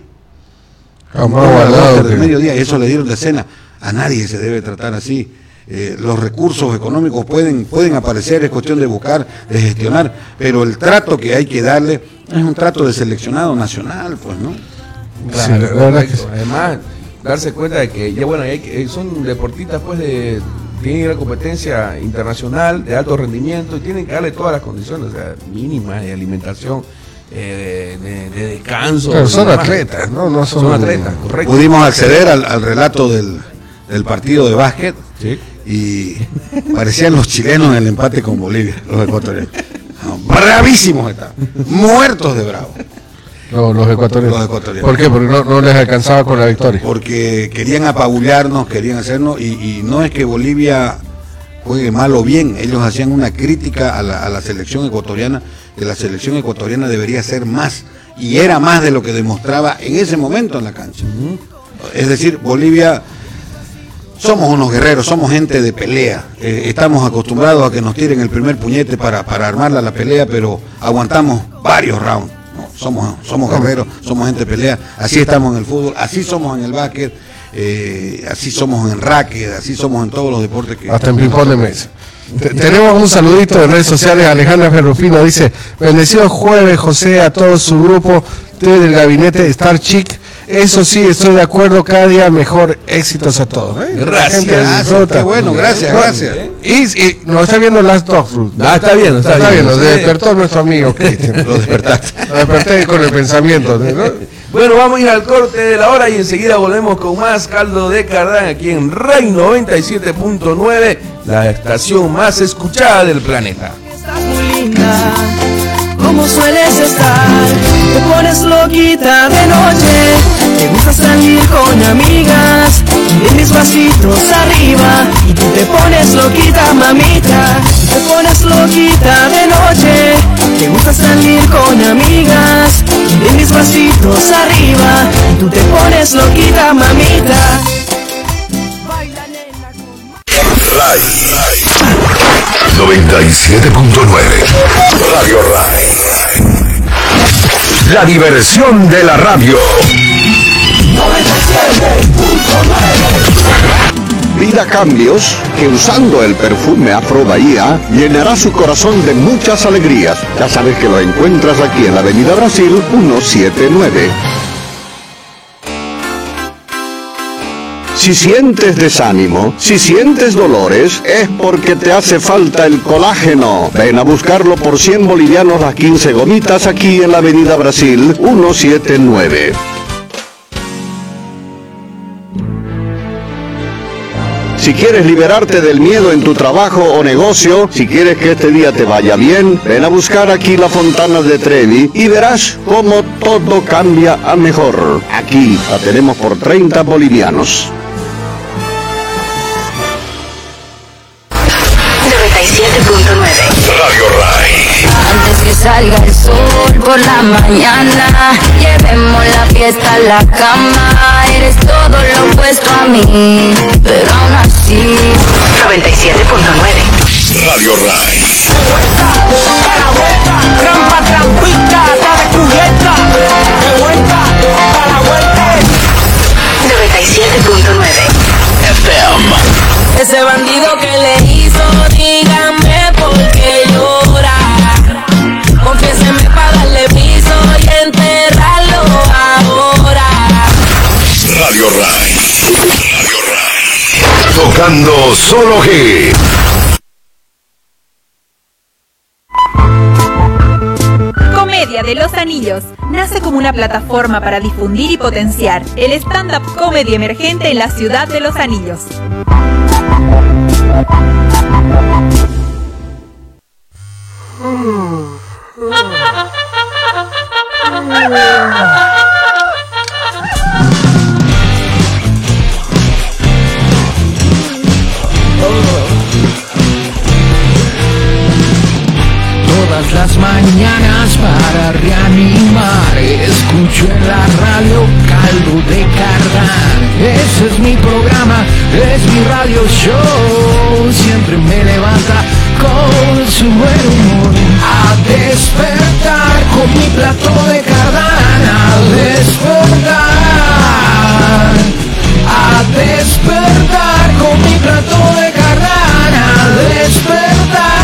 Ah, más guardado, del mediodía, y eso le dieron de cena. A nadie se debe tratar así. Eh, los recursos económicos pueden, pueden aparecer, es cuestión de buscar, de gestionar, pero el trato que hay que darle es un trato de seleccionado nacional, pues, ¿no? Claro, sí, la verdad que... Además, darse cuenta de que ya bueno, hay que, son deportistas pues de tienen una competencia internacional de alto rendimiento y tienen que darle todas las condiciones, o sea, mínimas de alimentación, eh, de, de, de descanso. Pero son atletas, ¿no? No son, son atletas, correcto. Pudimos acceder al, al relato del, del partido de básquet, ¿sí? Y parecían los chilenos en el empate con Bolivia, los ecuatorianos. No, bravísimos estaban, muertos de bravo. No, los ecuatorianos. Los ecuatorianos. ¿Por qué? Porque no, no les alcanzaba con la victoria. Porque querían apabullarnos, querían hacernos, y, y no es que Bolivia juegue mal o bien, ellos hacían una crítica a la, a la selección ecuatoriana, que la selección ecuatoriana debería ser más, y era más de lo que demostraba en ese momento en la cancha. Uh-huh. Es decir, Bolivia, somos unos guerreros, somos gente de pelea, eh, estamos acostumbrados a que nos tiren el primer puñete para, para armarla la pelea, pero aguantamos varios rounds. Somos, somos guerreros, somos gente de pelea, así estamos en el fútbol, así somos en el básquet, eh, así somos en racket, así somos en todos los deportes que... Hasta en ping-pong de mesa. Tenemos un saludito de redes sociales. Alejandra Ferrufino dice: bendecido jueves, José, a todo su grupo del gabinete de Star Chic. Eso sí, estoy de acuerdo, cada día mejor, éxitos a todos. ¿Eh? Gracias, gracias, qué bueno, gracias, gracias. Y, y nos está viendo Last Dog Fruit. Ah, está bien, está, está bien. Nos sí. despertó nuestro amigo Cristian. Lo despertaste. Lo desperté con el pensamiento, ¿no? Bueno, vamos a ir al corte de la hora y enseguida volvemos con más Caldo de Cardán aquí en Ray noventa y siete punto nueve, la estación más escuchada del planeta. Estás muy linda, como sueles estar, te pones loquita de noche, te gusta salir con amigas, y mis vasitos arriba, y tú te pones loquita, mamita, te pones loquita de noche, te gusta salir con amigas, y mis vasitos arriba, y tú te pones loquita, mamita. Ray noventa y siete punto nueve, Radio Ray. La diversión de la radio. noventa y siete punto nueve. Vida cambios que usando el perfume Afro Bahía llenará su corazón de muchas alegrías. Ya sabes que lo encuentras aquí en la Avenida Brasil ciento setenta y nueve. Si sientes desánimo, si sientes dolores, es porque te hace falta el colágeno. Ven a buscarlo por cien bolivianos las quince gomitas aquí en la Avenida Brasil ciento setenta y nueve. Si quieres liberarte del miedo en tu trabajo o negocio, si quieres que este día te vaya bien, ven a buscar aquí la Fontana de Trevi y verás cómo todo cambia a mejor. Aquí la tenemos por treinta bolivianos. noventa y siete punto nueve. Radio Ray. Antes que salga el sol por la mañana, llevemos la fiesta a la cama. Eres todo lo opuesto a mí, pero aún así. noventa y siete punto nueve. Radio Ray. Para vuelta, trampa, trampita, está descubierta. De vuelta, para vuelta. noventa y siete punto nueve. F M. Ese bandido que le hizo, dígame por qué llora. Confiéseme para darle piso y enterrarlo ahora. Radio Ray. Radio Ray. Tocando solo hits. Comedia de los Anillos nace como una plataforma para difundir y potenciar el stand-up comedy emergente en la ciudad de Los Anillos. Todas las mañanas para reanimar escucho en la radio Caldo de Cardán. Ese es mi programa, es mi radio show. Siempre me levanta con su buen humor. A despertar con mi plato de Cardán. A despertar, a despertar con mi plato de Cardán. A despertar.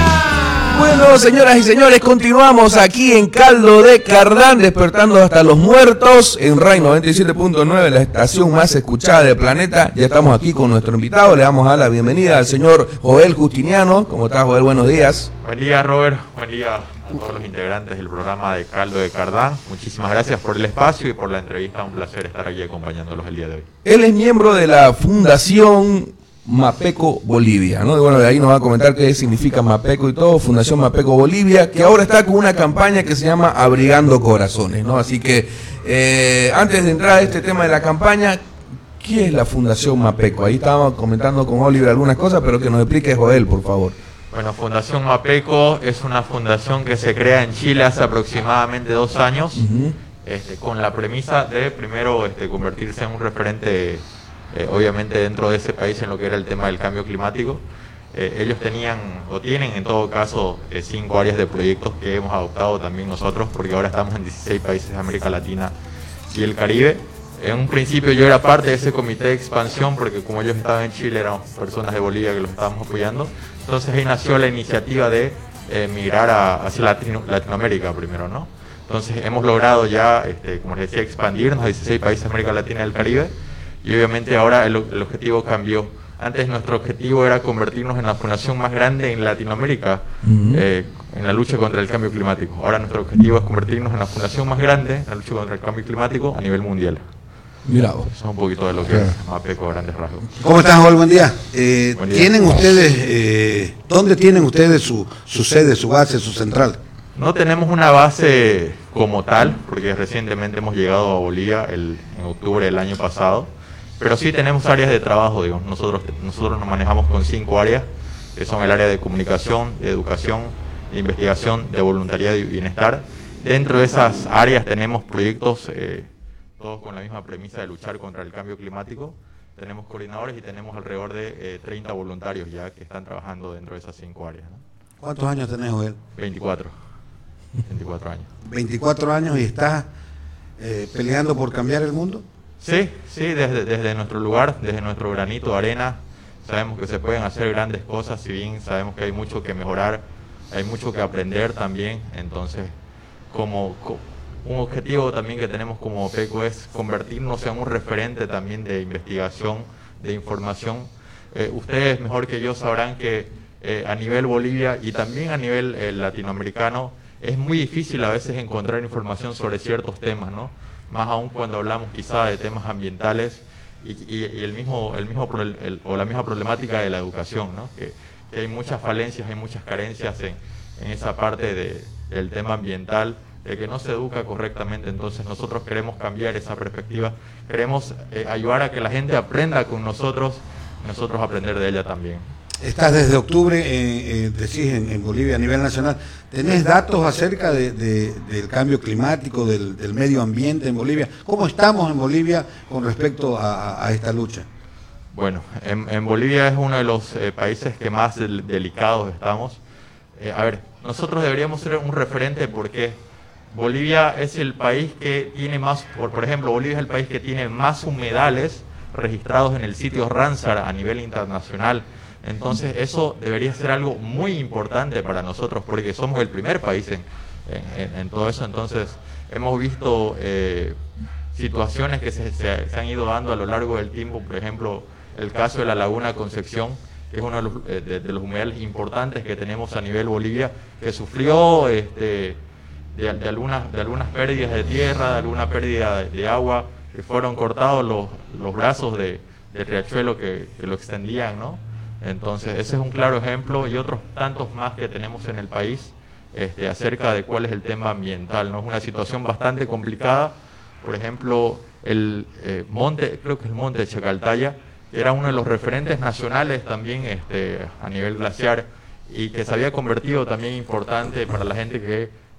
Bueno, señoras y señores, continuamos aquí en Caldo de Cardán, despertando hasta los muertos en R A I noventa y siete punto nueve, la estación más escuchada del planeta. Ya estamos aquí con nuestro invitado, le damos a la bienvenida al señor Joel Justiniano. ¿Cómo estás, Joel? Buenos días. Buen día, Robert. Buen día a todos los integrantes del programa de Caldo de Cardán. Muchísimas gracias por el espacio y por la entrevista. Un placer estar aquí acompañándolos el día de hoy. Él es miembro de la Fundación Mapeco Bolivia, ¿no? Y bueno, de ahí nos va a comentar qué significa Mapeco y todo, Fundación Mapeco Bolivia, que ahora está con una campaña que se llama Abrigando Corazones, ¿no? Así que, eh, antes de entrar a este tema de la campaña, ¿qué es la Fundación Mapeco? Ahí estábamos comentando con Oliver algunas cosas, pero que nos explique Joel, por favor. Bueno, Fundación Mapeco es una fundación que se crea en Chile hace aproximadamente dos años, uh-huh. este, con la premisa de primero este, convertirse en un referente, eh, obviamente dentro de ese país en lo que era el tema del cambio climático. Eh, ellos tenían, o tienen en todo caso, eh, cinco áreas de proyectos que hemos adoptado también nosotros, porque ahora estamos en dieciséis países de América Latina y el Caribe. En un principio yo era parte de ese comité de expansión, porque como ellos estaban en Chile, eran personas de Bolivia que los estábamos apoyando. Entonces ahí nació la iniciativa de eh, migrar a, hacia Latino, Latinoamérica primero, ¿no? Entonces hemos logrado ya, este, como les decía, expandirnos a dieciséis países de América Latina y el Caribe, y obviamente ahora el, el objetivo cambió. Antes nuestro objetivo era convertirnos en la fundación más grande en Latinoamérica, uh-huh. eh, en la lucha contra el cambio climático. Ahora nuestro objetivo es convertirnos en la fundación más grande en la lucha contra el cambio climático a nivel mundial. Mira vos. Eso es un poquito de lo que es Mapeco a grandes rasgos. ¿Cómo estás, Joel? Buen día. Eh, Buen día. ¿Tienen ustedes, eh, dónde tienen ustedes su, su sede, su base, su central? No tenemos una base como tal, porque recientemente hemos llegado a Bolivia el, en octubre del año pasado, pero sí tenemos áreas de trabajo, digamos. Nosotros, nosotros nos manejamos con cinco áreas, que son el área de comunicación, de educación, de investigación, de voluntariado y bienestar. Dentro de esas áreas tenemos proyectos, eh, todos con la misma premisa de luchar contra el cambio climático. Tenemos coordinadores y tenemos alrededor de eh, treinta voluntarios ya que están trabajando dentro de esas cinco áreas, ¿no? ¿Cuántos años tenés, Joel? veinticuatro. veinticuatro años. veinticuatro años y estás eh, peleando por cambiar el mundo. Sí, sí, desde, desde nuestro lugar, desde nuestro granito de arena, sabemos que se pueden hacer grandes cosas, si bien sabemos que hay mucho que mejorar, hay mucho que aprender también. Entonces, como, como un objetivo también que tenemos como Mapeco es convertirnos en un referente también de investigación, de información. Eh, ustedes mejor que yo sabrán que eh, a nivel Bolivia y también a nivel eh, latinoamericano es muy difícil a veces encontrar información sobre ciertos temas, ¿no? Más aún cuando hablamos quizá de temas ambientales y, y, y el mismo, el mismo el, el, o la misma problemática de la educación, ¿no? Que, que hay muchas falencias, hay muchas carencias en, en esa parte de, del tema ambiental, de que no se educa correctamente. Entonces nosotros queremos cambiar esa perspectiva, queremos eh, ayudar a que la gente aprenda con nosotros, nosotros aprender de ella también. Estás desde octubre, eh, eh, decís, en, en Bolivia a nivel nacional. ¿Tenés datos acerca de, de, del cambio climático, del, del medio ambiente en Bolivia? ¿Cómo estamos en Bolivia con respecto a, a esta lucha? Bueno, en, en Bolivia es uno de los eh, países que más del, delicados estamos. Eh, a ver, nosotros deberíamos ser un referente porque Bolivia es el país que tiene más, por, por ejemplo, Bolivia es el país que tiene más humedales registrados en el sitio Ramsar a nivel internacional. Entonces eso debería ser algo muy importante para nosotros porque somos el primer país en, en, en todo eso. Entonces hemos visto eh, situaciones que se, se, se han ido dando a lo largo del tiempo. Por ejemplo, el caso de la Laguna Concepción, que es uno de los, eh, de, de los humedales importantes que tenemos a nivel Bolivia, que sufrió este, de, de, algunas, de algunas pérdidas de tierra, de alguna pérdida de, de agua, que fueron cortados los, los brazos de, de riachuelo que, que lo extendían, ¿no? Entonces ese es un claro ejemplo y otros tantos más que tenemos en el país este, acerca de cuál es el tema ambiental, ¿no? Es una situación bastante complicada. Por ejemplo, el eh, monte, creo que el monte de Chacaltaya, era uno de los referentes nacionales también este, a nivel glaciar y que se había convertido también importante para la gente que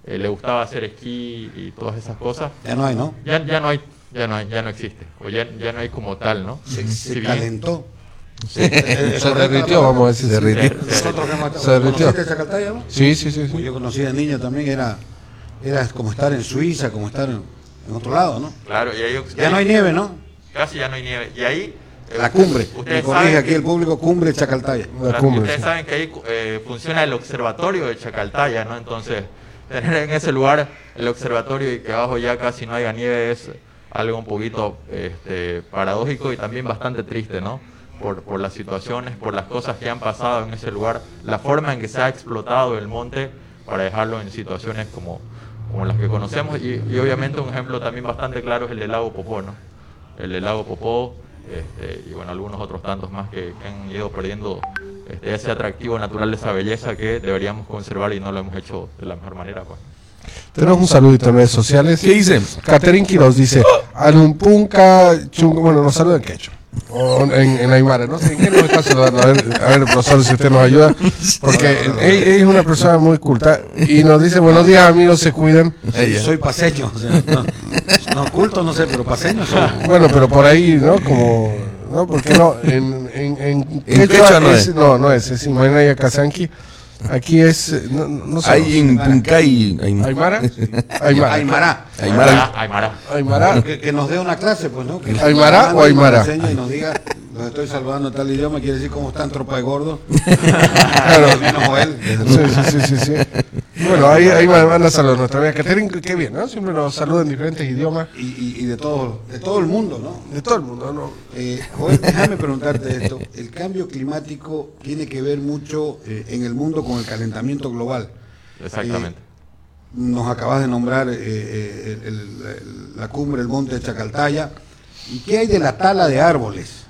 eh, le gustaba hacer esquí y todas esas cosas. Ya no hay, ¿no? Ya, ya no hay, ya no hay, ya no existe, o ya, ya no hay como tal, ¿no? Se, Si se bien- calentó. Se derritió, vamos a decir. Se derritió. Nosotros que hemos- Se derritió. ¿Conociste Chacaltaya, no? Sí, sí, sí. Pues sí. yo conocí de niño también, era, era como estar en Suiza, como estar en, en otro lado, ¿no? Claro, y ahí, Ya no hay nieve, ¿no? Casi ya no hay nieve. Y ahí... eh, La cumbre. Me Ustedes corrige saben aquí que- el público, cumbre Chacaltaya. La Claro, cumbre, ustedes sí. saben que ahí eh, funciona el observatorio de Chacaltaya, ¿no? Entonces, tener en ese lugar el observatorio y que abajo ya casi no haya nieve es algo un poquito este, paradójico y también bastante triste, ¿no? Por, por las situaciones, por las cosas que han pasado en ese lugar, la forma en que se ha explotado el monte para dejarlo en situaciones como, como las que conocemos y, y obviamente un ejemplo también bastante claro es el del lago Popó, ¿no? El del lago Popó este, y bueno, algunos otros tantos más que, que han ido perdiendo este, ese atractivo natural, esa belleza que deberíamos conservar y no lo hemos hecho de la mejor manera, pues. Tenemos un saludito en redes sociales. ¿Qué dice? Catherine Quiroz dice, Alumpunca, chungo, bueno, nos saluda en quechua. O en, en Aymara, no sé en qué nos está saludando. A ver, a ver, profesor, si usted nos ayuda. Porque ella ella es una persona muy culta. Y nos dice, buenos días, amigos, se cuidan. Sí, soy paseño, o sea, no, no culto, no sé, pero paseño soy. Bueno, pero por ahí, ¿no? Como, ¿no? Porque no, en, en, en En quechua no es, es. no, no es, es Imanaya Kazanqui. Aquí es, eh, no, no sé. Hay en Puncay. Aymara. Aymara. Aymara. Aymara. Aymara. Aymara. Que, que nos dé una clase, pues, ¿no? Que ¿Aymara o Aymara? nos enseñe y nos diga, los estoy saludando en tal idioma, quiere decir cómo están tropa de gordos. Claro. Vino Joel. Sí, sí, sí, sí, sí. Bueno, ahí, ahí manda saludos nuestra amiga Catherine, qué bien, ¿no? Siempre nos saluda en diferentes idiomas. Y, y, y de todo, de todo el mundo, ¿no? De todo el mundo, ¿no? Eh, Joel, déjame preguntarte esto. El cambio climático tiene que ver mucho eh, en el mundo con el calentamiento global. Exactamente. Eh, nos acabas de nombrar eh, eh, el- el- el- la cumbre, el monte de Chacaltaya. ¿Y qué hay de la tala de árboles?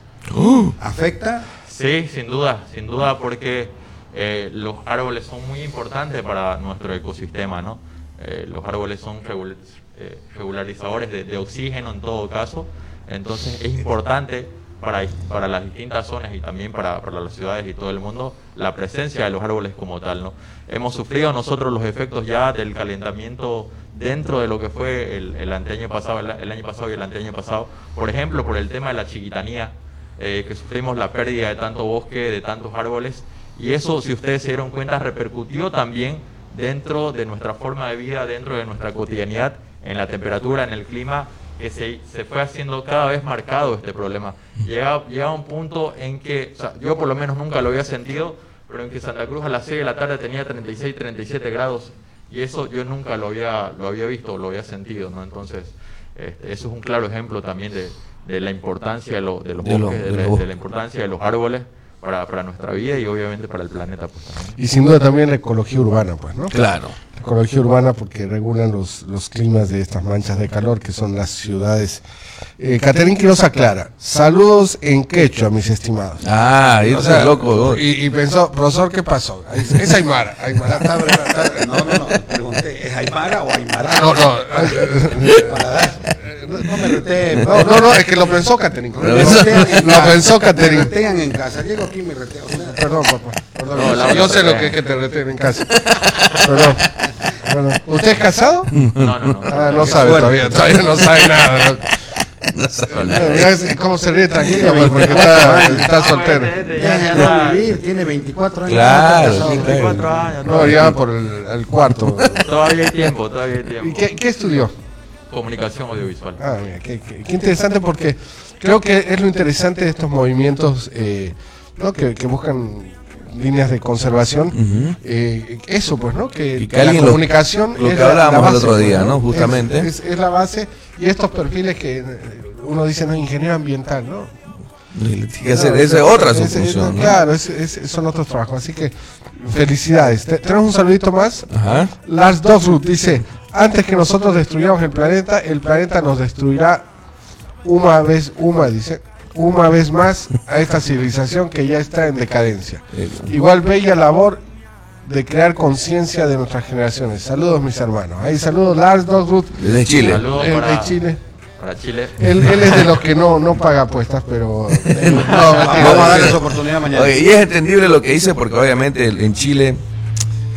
¿Afecta? Sí, sin duda, sin duda, porque eh, los árboles son muy importantes para nuestro ecosistema, ¿no? Eh, los árboles son regul- eh, regularizadores de, de oxígeno en todo caso, entonces es importante para, para las distintas zonas y también para, para las ciudades y todo el mundo la presencia de los árboles como tal, ¿no? Hemos sufrido nosotros los efectos ya del calentamiento dentro de lo que fue el, el anteaño pasado, el, el año pasado y el anteaño pasado, por ejemplo, por el tema de la chiquitanía, eh, que sufrimos la pérdida de tanto bosque, de tantos árboles, y eso, si ustedes se dieron cuenta, repercutió también dentro de nuestra forma de vida, dentro de nuestra cotidianidad, en la temperatura, en el clima, que se, se fue haciendo cada vez marcado este problema. Llega, llega un punto en que, o sea, yo por lo menos nunca lo había sentido, pero en que Santa Cruz a las seis de la tarde tenía treinta y seis, treinta y siete grados, y eso yo nunca lo había, lo había visto, lo había sentido, ¿no? Entonces, este, eso es un claro ejemplo también de, de la importancia de, lo, de los De lo- bosques, de, de la, los de la importancia de los árboles para, para nuestra vida y obviamente para el planeta, pues, también. Y sin duda también la ecología urbana, pues, ¿no? Claro. La ecología urbana porque regulan los, los climas de estas manchas de calor que son las ciudades. Eh, Catherine Quiroz aclara, saludos en quechua, mis estimados. Ah, O irse sea, loco. ¿no? Y, y pensó, profesor, ¿qué pasó? Es, es Aymara. Aymara está, está- No, no, no. Pregunté, ¿es Aymara o Aymara? Ah, no, no. No, no me reteen. No, no, no, es que lo pensó Catherine. Me retean en Lo casa. pensó Me Catherine. retean en casa. Llego aquí y me reteo. O sea, Perdón, papá. Perdón, No, yo la sé- yo otra sé lo vez. que es que te reten en casa. Perdón. Bueno, ¿usted es casado? No, no, no. Ah, no Qué sabe suerte. todavía, todavía no sabe nada. ¿no? No sabe. Mira cómo se ríe tranquilo, pues, porque está, está soltero. Este, ya, ya, déjalo ya, vivir. Tiene veinticuatro años. Claro, no está casado. sí, veinticuatro años, No, ya por el, el cuarto. todavía hay tiempo, todavía hay ¿Y tiempo. qué, qué estudió? Comunicación audiovisual. Ah, mira, qué, qué- qué interesante porque creo que es lo interesante de estos movimientos eh, ¿no? que, que buscan líneas de conservación. Ujú. eh, eso, pues, ¿no? Que, Y que que la alguien lo- comunicación lo es que la- hablábamos la el base, otro día, pues, ¿no? Justamente. Es, es- es la base y estos perfiles que eh, uno dice, no, ingeniero ambiental, ¿no? Tiene que hacer, esa es otra su Ese- función, ¿no? Claro, es- es- son otros trabajos. Así que felicidades. Te- Tenemos un saludito más. Ajá. Lars Dosrud dice, antes que nosotros destruyamos el planeta, el planeta nos destruirá una vez, una, dice, una vez más a esta civilización que ya está en decadencia. Eh, Igual bella labor de crear conciencia de nuestras generaciones. Saludos, mis hermanos. Ahí saludos, Lars Dosrud, Desde Chile. Saludos el de para, Chile. para Chile. Él, él es de los que no, no paga apuestas, pero... él- no, Vamos mentira. a darle esa oportunidad mañana. Oye, y es entendible lo que dice porque obviamente el- en Chile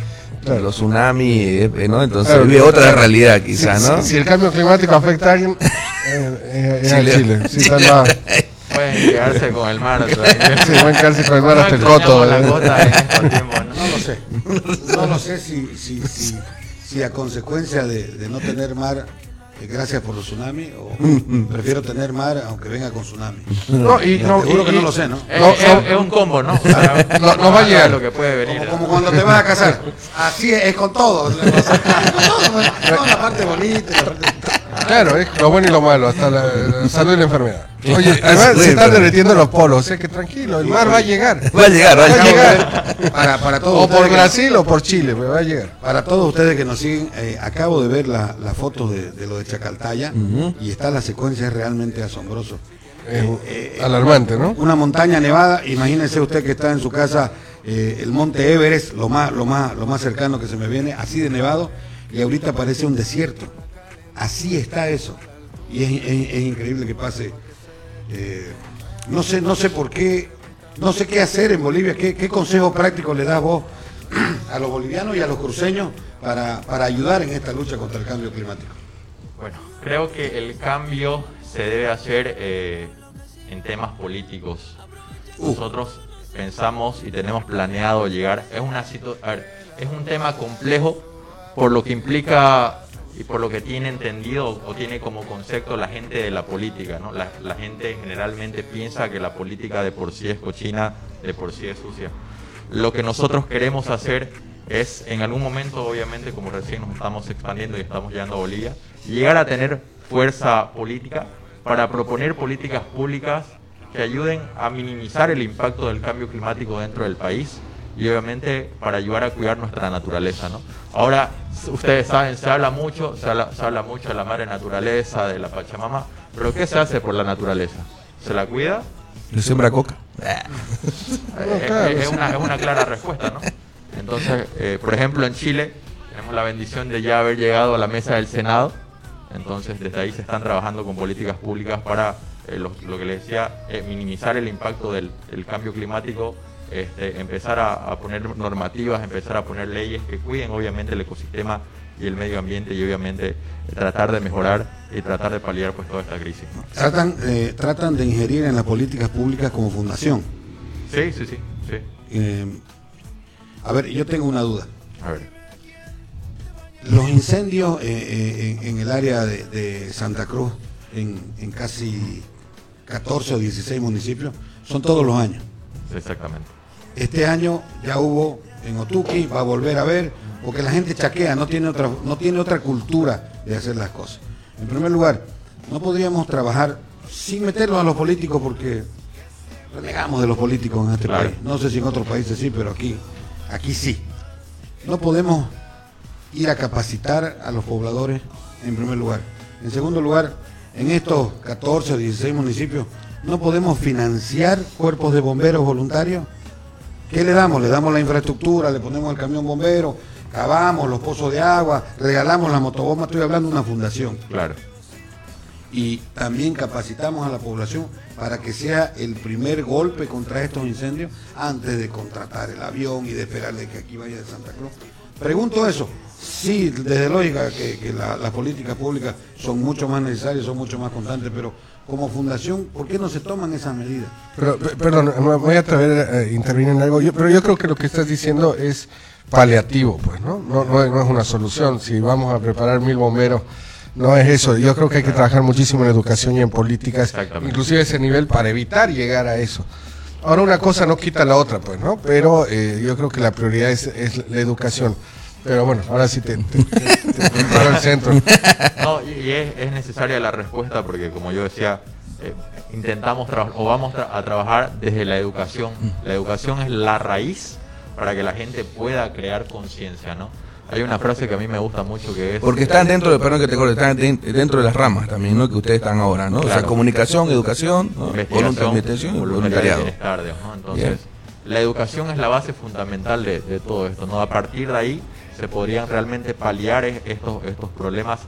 claro. los tsunamis, eh, ¿no? Entonces claro, vive claro, otra claro. realidad quizá, si, ¿no? Si, si el cambio climático afecta a alguien, eh, eh, es Chile. a Chile. Sí, Chile. está más- Pueden quedarse con el mar. Sí, pueden quedarse con el mar hasta el coto. La eh. gota en estos tiempos, ¿no? No lo sé. No lo sé si, si, si, si a consecuencia de, de no tener mar, eh, gracias por los tsunamis, o prefiero tener mar aunque venga con tsunami. No, y, no, Seguro y- que no y- lo sé, ¿no? Es, No, es- no. es un combo, ¿no? Para- No, no va a llegar. Lo que puede venir. Como, como cuando te vas a casar. Así es, es con todo. Es con todo. No, la parte bonita. La parte... Claro, es lo bueno y lo malo, hasta la, la salud y la enfermedad. Oye, Ah, además sí, se están pero- derritiendo los polos, o sea que tranquilo, el mar va a llegar. Va a llegar, va a llegar. Para, para todos O ustedes por que- Brasil o por Chile, pero va a llegar. Para todos ustedes que nos siguen, eh, acabo de ver las la fotos de, de lo de Chacaltaya y está la secuencia, es realmente asombroso. Es Eh, alarmante, ¿no? Una montaña nevada, imagínense usted que está en su casa, eh, el monte Everest, lo más, lo más, lo más cercano que se me viene, así de nevado, y ahorita parece un desierto. Así está eso. Y es, es- es increíble que pase. eh, no sé, no sé por qué, no sé qué hacer en Bolivia, qué, qué consejo práctico le das vos a los bolivianos y a los cruceños para, para ayudar en esta lucha contra el cambio climático. Bueno, creo que el cambio se debe hacer eh, en temas políticos. Uh. Nosotros pensamos y tenemos planeado llegar. Es una situ- a ver, es un tema complejo por lo que implica y por lo que tiene entendido o tiene como concepto la gente de la política, ¿no? La, la gente generalmente piensa que la política de por sí es cochina, de por sí es sucia. Lo que nosotros queremos hacer es, en algún momento, obviamente, como recién nos estamos expandiendo y estamos llegando a Bolivia, llegar a tener fuerza política para proponer políticas públicas que ayuden a minimizar el impacto del cambio climático dentro del país y obviamente para ayudar a cuidar nuestra naturaleza, ¿no? Ahora, ustedes saben, se habla mucho, se habla, se habla mucho de la madre naturaleza, de la Pachamama, pero ¿qué se hace por la naturaleza? ¿Se la cuida? ¿Le siembra coca? Eh, claro, es, sí. una, es una clara respuesta, ¿no? Entonces, eh, por ejemplo, en Chile tenemos la bendición de ya haber llegado a la mesa del Senado, entonces desde ahí se están trabajando con políticas públicas para, eh, lo, lo que les decía, eh, minimizar el impacto del, del cambio climático, este, empezar a, a poner normativas, empezar a poner leyes que cuiden obviamente el ecosistema y el medio ambiente y obviamente eh, tratar de mejorar y tratar de paliar pues toda esta crisis, ¿no? Tratan, eh, tratan de ingerir en las políticas públicas como fundación. Sí, sí, sí, sí. Eh, a ver, yo tengo una duda. A ver. Los incendios eh, eh, en, en el área de, de Santa Cruz, en, en casi catorce o dieciséis municipios, son todos los años. Exactamente. Este año ya hubo en Otuqui, va a volver a ver, porque la gente chaquea, no tiene otra, no tiene otra cultura de hacer las cosas. En primer lugar, no podríamos trabajar sin meterlos a los políticos porque renegamos de los políticos en este Claro. país. No sé si en otros países sí, pero aquí, aquí sí. No podemos ir a capacitar a los pobladores, en primer lugar. En segundo lugar, en estos catorce o dieciséis municipios, no podemos financiar cuerpos de bomberos voluntarios. ¿Qué le damos? Le damos la infraestructura, le ponemos el camión bombero, cavamos los pozos de agua, regalamos la motobomba, estoy hablando de una fundación. Claro. Y también capacitamos a la población para que sea el primer golpe contra estos incendios antes de contratar el avión y de esperar de que aquí vaya de Santa Cruz. Pregunto eso. Sí, desde lógica que, que la- las políticas públicas son mucho más necesarias, son mucho más constantes, pero como fundación, ¿por qué no se toman esas medidas? Pero, pe- perdón, me voy a atrever a intervenir en algo, yo, pero yo creo que lo que estás diciendo es paliativo, pues, ¿no? No, no, es, no es una solución. Si vamos a preparar mil bomberos, no es eso. Yo creo que hay que trabajar muchísimo en educación y en políticas, Exactamente. inclusive a ese nivel, para evitar llegar a eso. Ahora, una cosa no quita la otra, pues, ¿no? Pero eh, yo creo que la prioridad es, es la educación. Pero bueno, ahora sí te, te, te, te preparo el centro. No, y y es, es necesaria la respuesta porque, como yo decía, eh, intentamos trabajar o vamos tra- a trabajar desde la educación. La educación es la raíz para que la gente pueda crear conciencia, ¿no? Hay una frase que a mí me gusta mucho que es... Porque están dentro de, perdón que te corte, están den- dentro de las ramas también, ¿no? Que ustedes están ahora, ¿no? O sea, Claro. comunicación, educación, ¿no? investigación, Volunta- investigación y voluntariado. bienestar, digamos, ¿no? Entonces, Bien. la educación es la base fundamental de, de todo esto, ¿no? A partir de ahí se podrían realmente paliar es- estos, estos problemas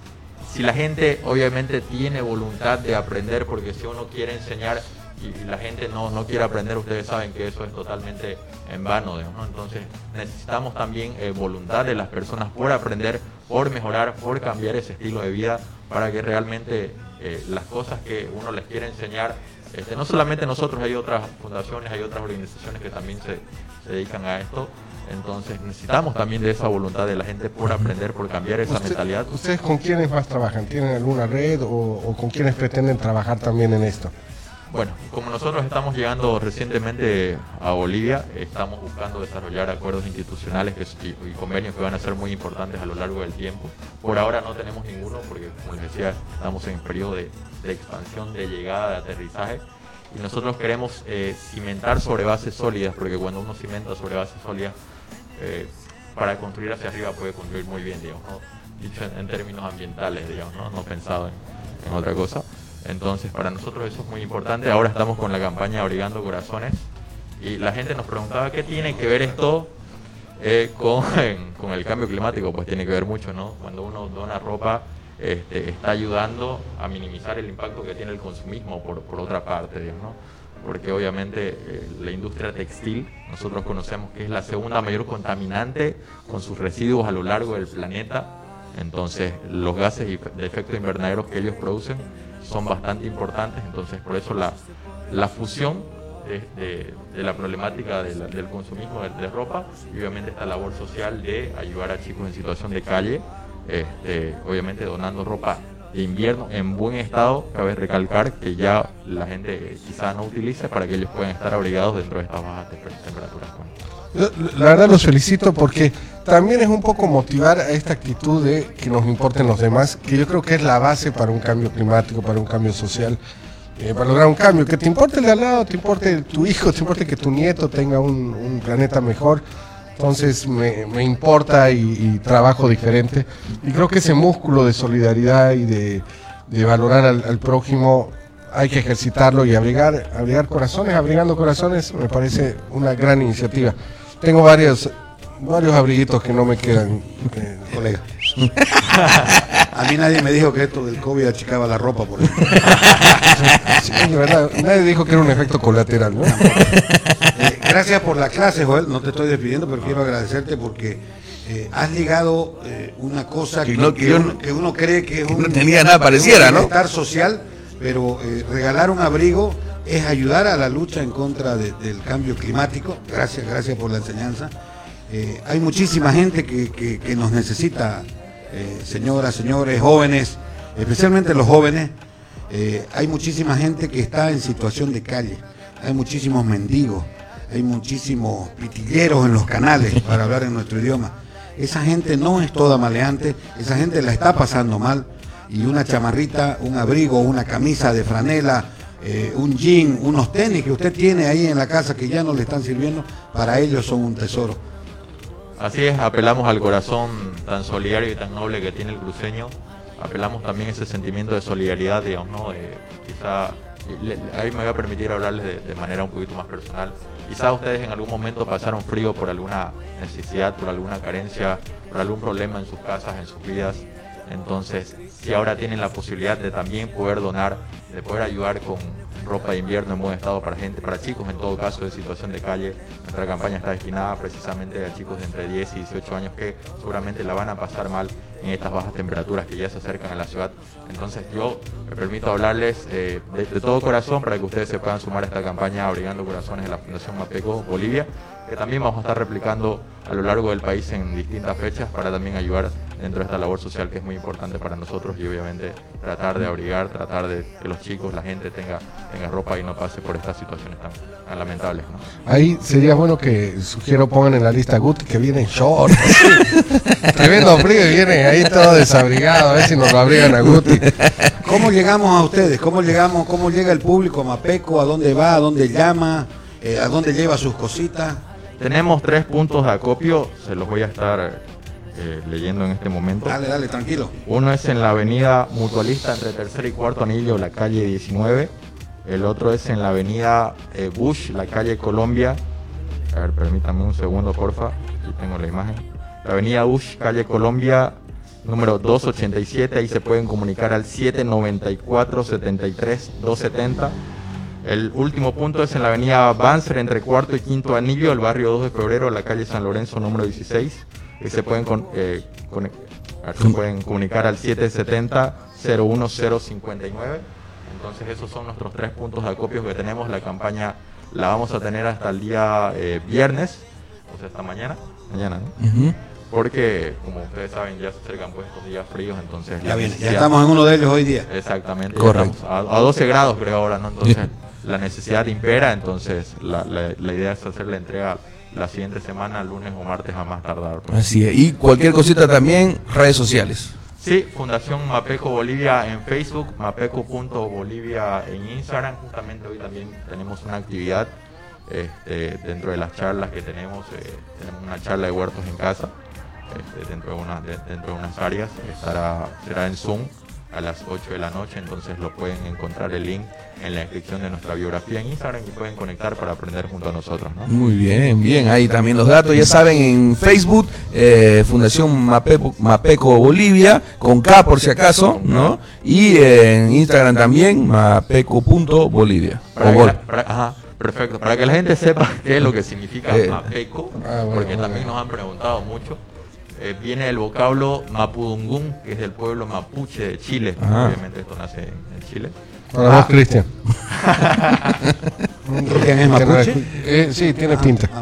si la gente obviamente tiene voluntad de aprender, porque si uno quiere enseñar y, y la gente no, no quiere aprender, ustedes saben que eso es totalmente en vano, ¿no? Entonces necesitamos también eh, voluntad de las personas por aprender, por mejorar, por cambiar ese estilo de vida, para que realmente eh, las cosas que uno les quiere enseñar, este, no solamente nosotros, hay otras fundaciones, hay otras organizaciones que también se, se dedican a esto. Entonces necesitamos también de esa voluntad de la gente por aprender, por cambiar esa Usted, mentalidad. ¿Ustedes con quiénes más trabajan? ¿Tienen alguna red o, o con quiénes pretenden trabajar también en esto? Bueno, como nosotros estamos llegando recientemente a Bolivia, estamos buscando desarrollar acuerdos institucionales que, y, y convenios que van a ser muy importantes a lo largo del tiempo. Por ahora no tenemos ninguno porque, como les decía, estamos en periodo de, de expansión, de llegada, de aterrizaje. Y nosotros queremos eh, cimentar sobre bases sólidas, porque cuando uno cimenta sobre bases sólidas, eh, para construir hacia arriba puede construir muy bien, digamos, ¿no? Dicho en, en términos ambientales, digamos, ¿no? No pensado en, en otra cosa. Entonces, para nosotros eso es muy importante. Ahora estamos con la campaña Abrigando Corazones y la gente nos preguntaba qué tiene que ver esto eh, con, con el cambio climático. Pues tiene que ver mucho, ¿no? Cuando uno dona ropa, este, está ayudando a minimizar el impacto que tiene el consumismo por, por otra parte, digamos, ¿no? Porque obviamente eh, la industria textil, nosotros conocemos que es la segunda mayor contaminante con sus residuos a lo largo del planeta. Entonces, los gases de efecto invernadero que ellos producen son bastante importantes. Entonces, por eso la, la fusión de, de, de la problemática de la, del consumismo de, de ropa y obviamente esta labor social de ayudar a chicos en situación de calle, este, obviamente donando ropa de invierno en buen estado. Cabe recalcar que ya la gente quizá no utilice para que ellos puedan estar abrigados dentro de estas bajas temperaturas. La verdad los felicito porque también es un poco motivar a esta actitud de que nos importen los demás, que yo creo que es la base para un cambio climático, para un cambio social, eh, para lograr un cambio, que te importe el de al lado, te importe tu hijo, te importe que tu nieto tenga un, un planeta mejor. Entonces me, me importa y, y trabajo diferente, y creo que ese músculo de solidaridad y de, de valorar al, al prójimo hay que ejercitarlo y abrigar, abrigar corazones. Abrigando Corazones me parece una gran iniciativa. Tengo varios varios abriguitos que no me quedan, eh, colega. A mí nadie me dijo que esto del COVID achicaba la ropa, por eso. Sí, de verdad, nadie dijo que era un efecto colateral, ¿no? Eh, gracias por la clase, Joel. No te estoy despidiendo, pero quiero agradecerte porque eh, has ligado eh, una cosa que, que, no, que, que, uno, que uno cree que es que un, no tenía nada pareciera, ¿no? Estar social, pero eh, regalar un abrigo es ayudar a la lucha en contra de, del cambio climático. Gracias, gracias por la enseñanza. Eh, hay muchísima gente que, que, que nos necesita, eh, señoras, señores, jóvenes, especialmente los jóvenes. Eh, hay muchísima gente que está en situación de calle, hay muchísimos mendigos, hay muchísimos pitilleros en los canales, para hablar en nuestro idioma. Esa gente no es toda maleante, esa gente la está pasando mal, y una chamarrita, un abrigo, una camisa de franela, eh, un jean, unos tenis que usted tiene ahí en la casa que ya no le están sirviendo, para ellos son un tesoro. Así es, apelamos al corazón tan solidario y tan noble que tiene el cruceño. Apelamos también a ese sentimiento de solidaridad, digamos, ¿no? Eh, quizá, le, ahí me voy a permitir hablarles de, de manera un poquito más personal. Quizá ustedes en algún momento pasaron frío por alguna necesidad, por alguna carencia, por algún problema en sus casas, en sus vidas. Entonces, si ahora tienen la posibilidad de también poder donar, de poder ayudar con ropa de invierno en buen estado para gente, para chicos en todo caso de situación de calle, nuestra campaña está destinada precisamente a chicos de entre diez y dieciocho años que seguramente la van a pasar mal en estas bajas temperaturas que ya se acercan a la ciudad. Entonces yo me permito hablarles eh, de, de todo corazón para que ustedes se puedan sumar a esta campaña Abrigando Corazones de la Fundación Mapeco Bolivia, que también vamos a estar replicando a lo largo del país en distintas fechas para también ayudar dentro de esta labor social que es muy importante para nosotros, y obviamente tratar de abrigar, tratar de que los chicos, la gente tenga, tenga ropa y no pase por estas situaciones tan, tan lamentables, ¿no? Ahí sería bueno que sugiero pongan en la lista Guti que viene en short. Tremendo frío y viene ahí todo desabrigado, a ver si nos lo abrigan a Guti. ¿Cómo llegamos a ustedes? ¿Cómo llegamos? ¿Cómo llega el público a Mapeco? ¿A dónde va? ¿A dónde llama? Eh, ¿A dónde lleva sus cositas? Tenemos tres puntos de acopio, se los voy a estar eh, leyendo en este momento. Dale, dale, tranquilo. Uno es en la avenida Mutualista entre tercer y cuarto anillo, la calle diecinueve. El otro es en la avenida eh, Bush, la calle Colombia. A ver, permítanme un segundo, porfa. Aquí tengo la imagen. La avenida Bush, calle Colombia, número doscientos ochenta y siete, ahí se pueden comunicar al siete noventa y cuatro, setenta y tres, doscientos setenta. El último punto es en la avenida Banzer, entre Cuarto y Quinto Anillo, el barrio dos de febrero, la calle San Lorenzo, número dieciséis. Y se pueden, con, eh, con, se pueden comunicar al siete setenta, cero uno cero cincuenta y nueve. Entonces esos son nuestros tres puntos de acopio que tenemos. La campaña la vamos a tener hasta el día eh, viernes, o sea, hasta mañana, mañana, ¿no? Uh-huh. Porque, como ustedes saben, ya se acercan pues estos días fríos, entonces... Ya, bien, ya estamos en uno de ellos hoy día. Exactamente. Correcto. A, a doce grados creo ahora, ¿no? Entonces la necesidad impera, entonces la, la, la idea es hacer la entrega la siguiente semana, lunes o martes a más tardar. Pues. Así es. Y cualquier cosita también, redes sociales. Sí, Fundación Mapeco Bolivia en Facebook, mapeco punto bolivia en Instagram. Justamente hoy también tenemos una actividad este, dentro de las charlas que tenemos. Eh, tenemos una charla de huertos en casa. Este, dentro, de una, de, dentro de unas áreas, estará, será en Zoom a las ocho de la noche, entonces lo pueden encontrar el link en la descripción de nuestra biografía en Instagram y pueden conectar para aprender junto a nosotros, ¿no? Muy bien, bien, ahí también los datos, ya saben, en Facebook, eh, Fundación Mapeco, Mapeco Bolivia, con K por si acaso, ¿no? Y eh, en Instagram también, mapeco punto bolivia. Para que la, para, ajá, perfecto, para que la gente sepa qué es lo que significa eh, Mapeco, ah, bueno, porque bueno, también bueno. nos han preguntado mucho. Eh, viene del vocablo Mapudungún, que es del pueblo mapuche de Chile. Ajá. Obviamente esto nace en, en Chile. Para vos, Cristian. ¿Cristian es mapuche? Eh, sí, tiene ah, pinta.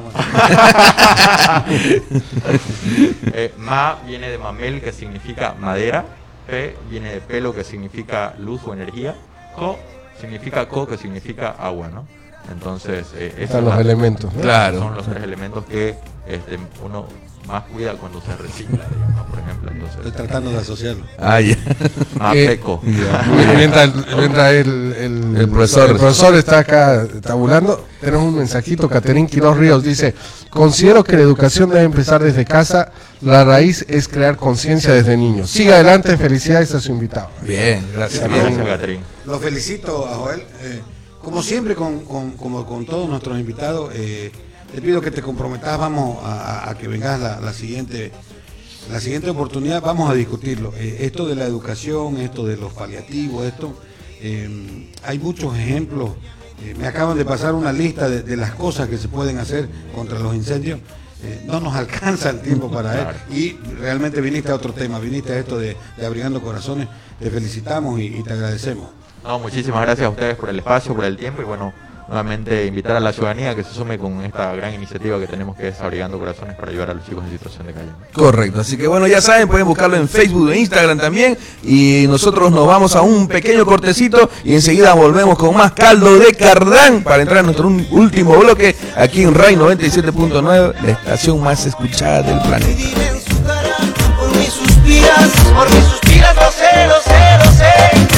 Ah, bueno. eh, Ma viene de mamel, que significa madera. Pe viene de pelo, que significa luz o energía. Co significa co, que significa agua, ¿no? Entonces, eh, están los elementos. Claro. Son los tres elementos que este, uno más cuida cuando se recicla, digamos, por ejemplo. Entonces, estoy tratando de asociarlo. Ah, ya. Mapeco. Eh, mientras mientras el, el, el, profesor. el profesor está acá tabulando, tenemos un mensajito. Caterín Quiroz Ríos dice: considero que la educación debe empezar desde casa. La raíz es crear conciencia desde niños. Siga adelante, felicidades a su invitado. Bien, gracias. Bien, gracias, Caterín. Lo felicito a Joel. Eh, como siempre, con, con, como con todos nuestros invitados, eh, te pido que te comprometas, vamos a, a que vengas la, la siguiente la siguiente oportunidad, vamos a discutirlo. Eh, esto de la educación, esto de los paliativos, esto, eh, hay muchos ejemplos. Eh, me acaban de pasar una lista de, de las cosas que se pueden hacer contra los incendios. Eh, no nos alcanza el tiempo para él. Y realmente viniste a otro tema, viniste a esto de, de Abrigando Corazones. Te felicitamos y, y te agradecemos. No, muchísimas gracias a ustedes por el espacio, por el tiempo y bueno, nuevamente invitar a la ciudadanía que se sume con esta gran iniciativa que tenemos, que es Abrigando Corazones, para ayudar a los chicos en situación de calle. Correcto, así que bueno, ya saben, pueden buscarlo en Facebook e Instagram también, y nosotros nos vamos a un pequeño cortecito y enseguida volvemos con más caldo de cardán para entrar en nuestro último bloque aquí en RAI noventa y siete punto nueve, la estación más escuchada del planeta. Por mis suspiras, por mis suspiras, lo sé, lo sé, lo sé.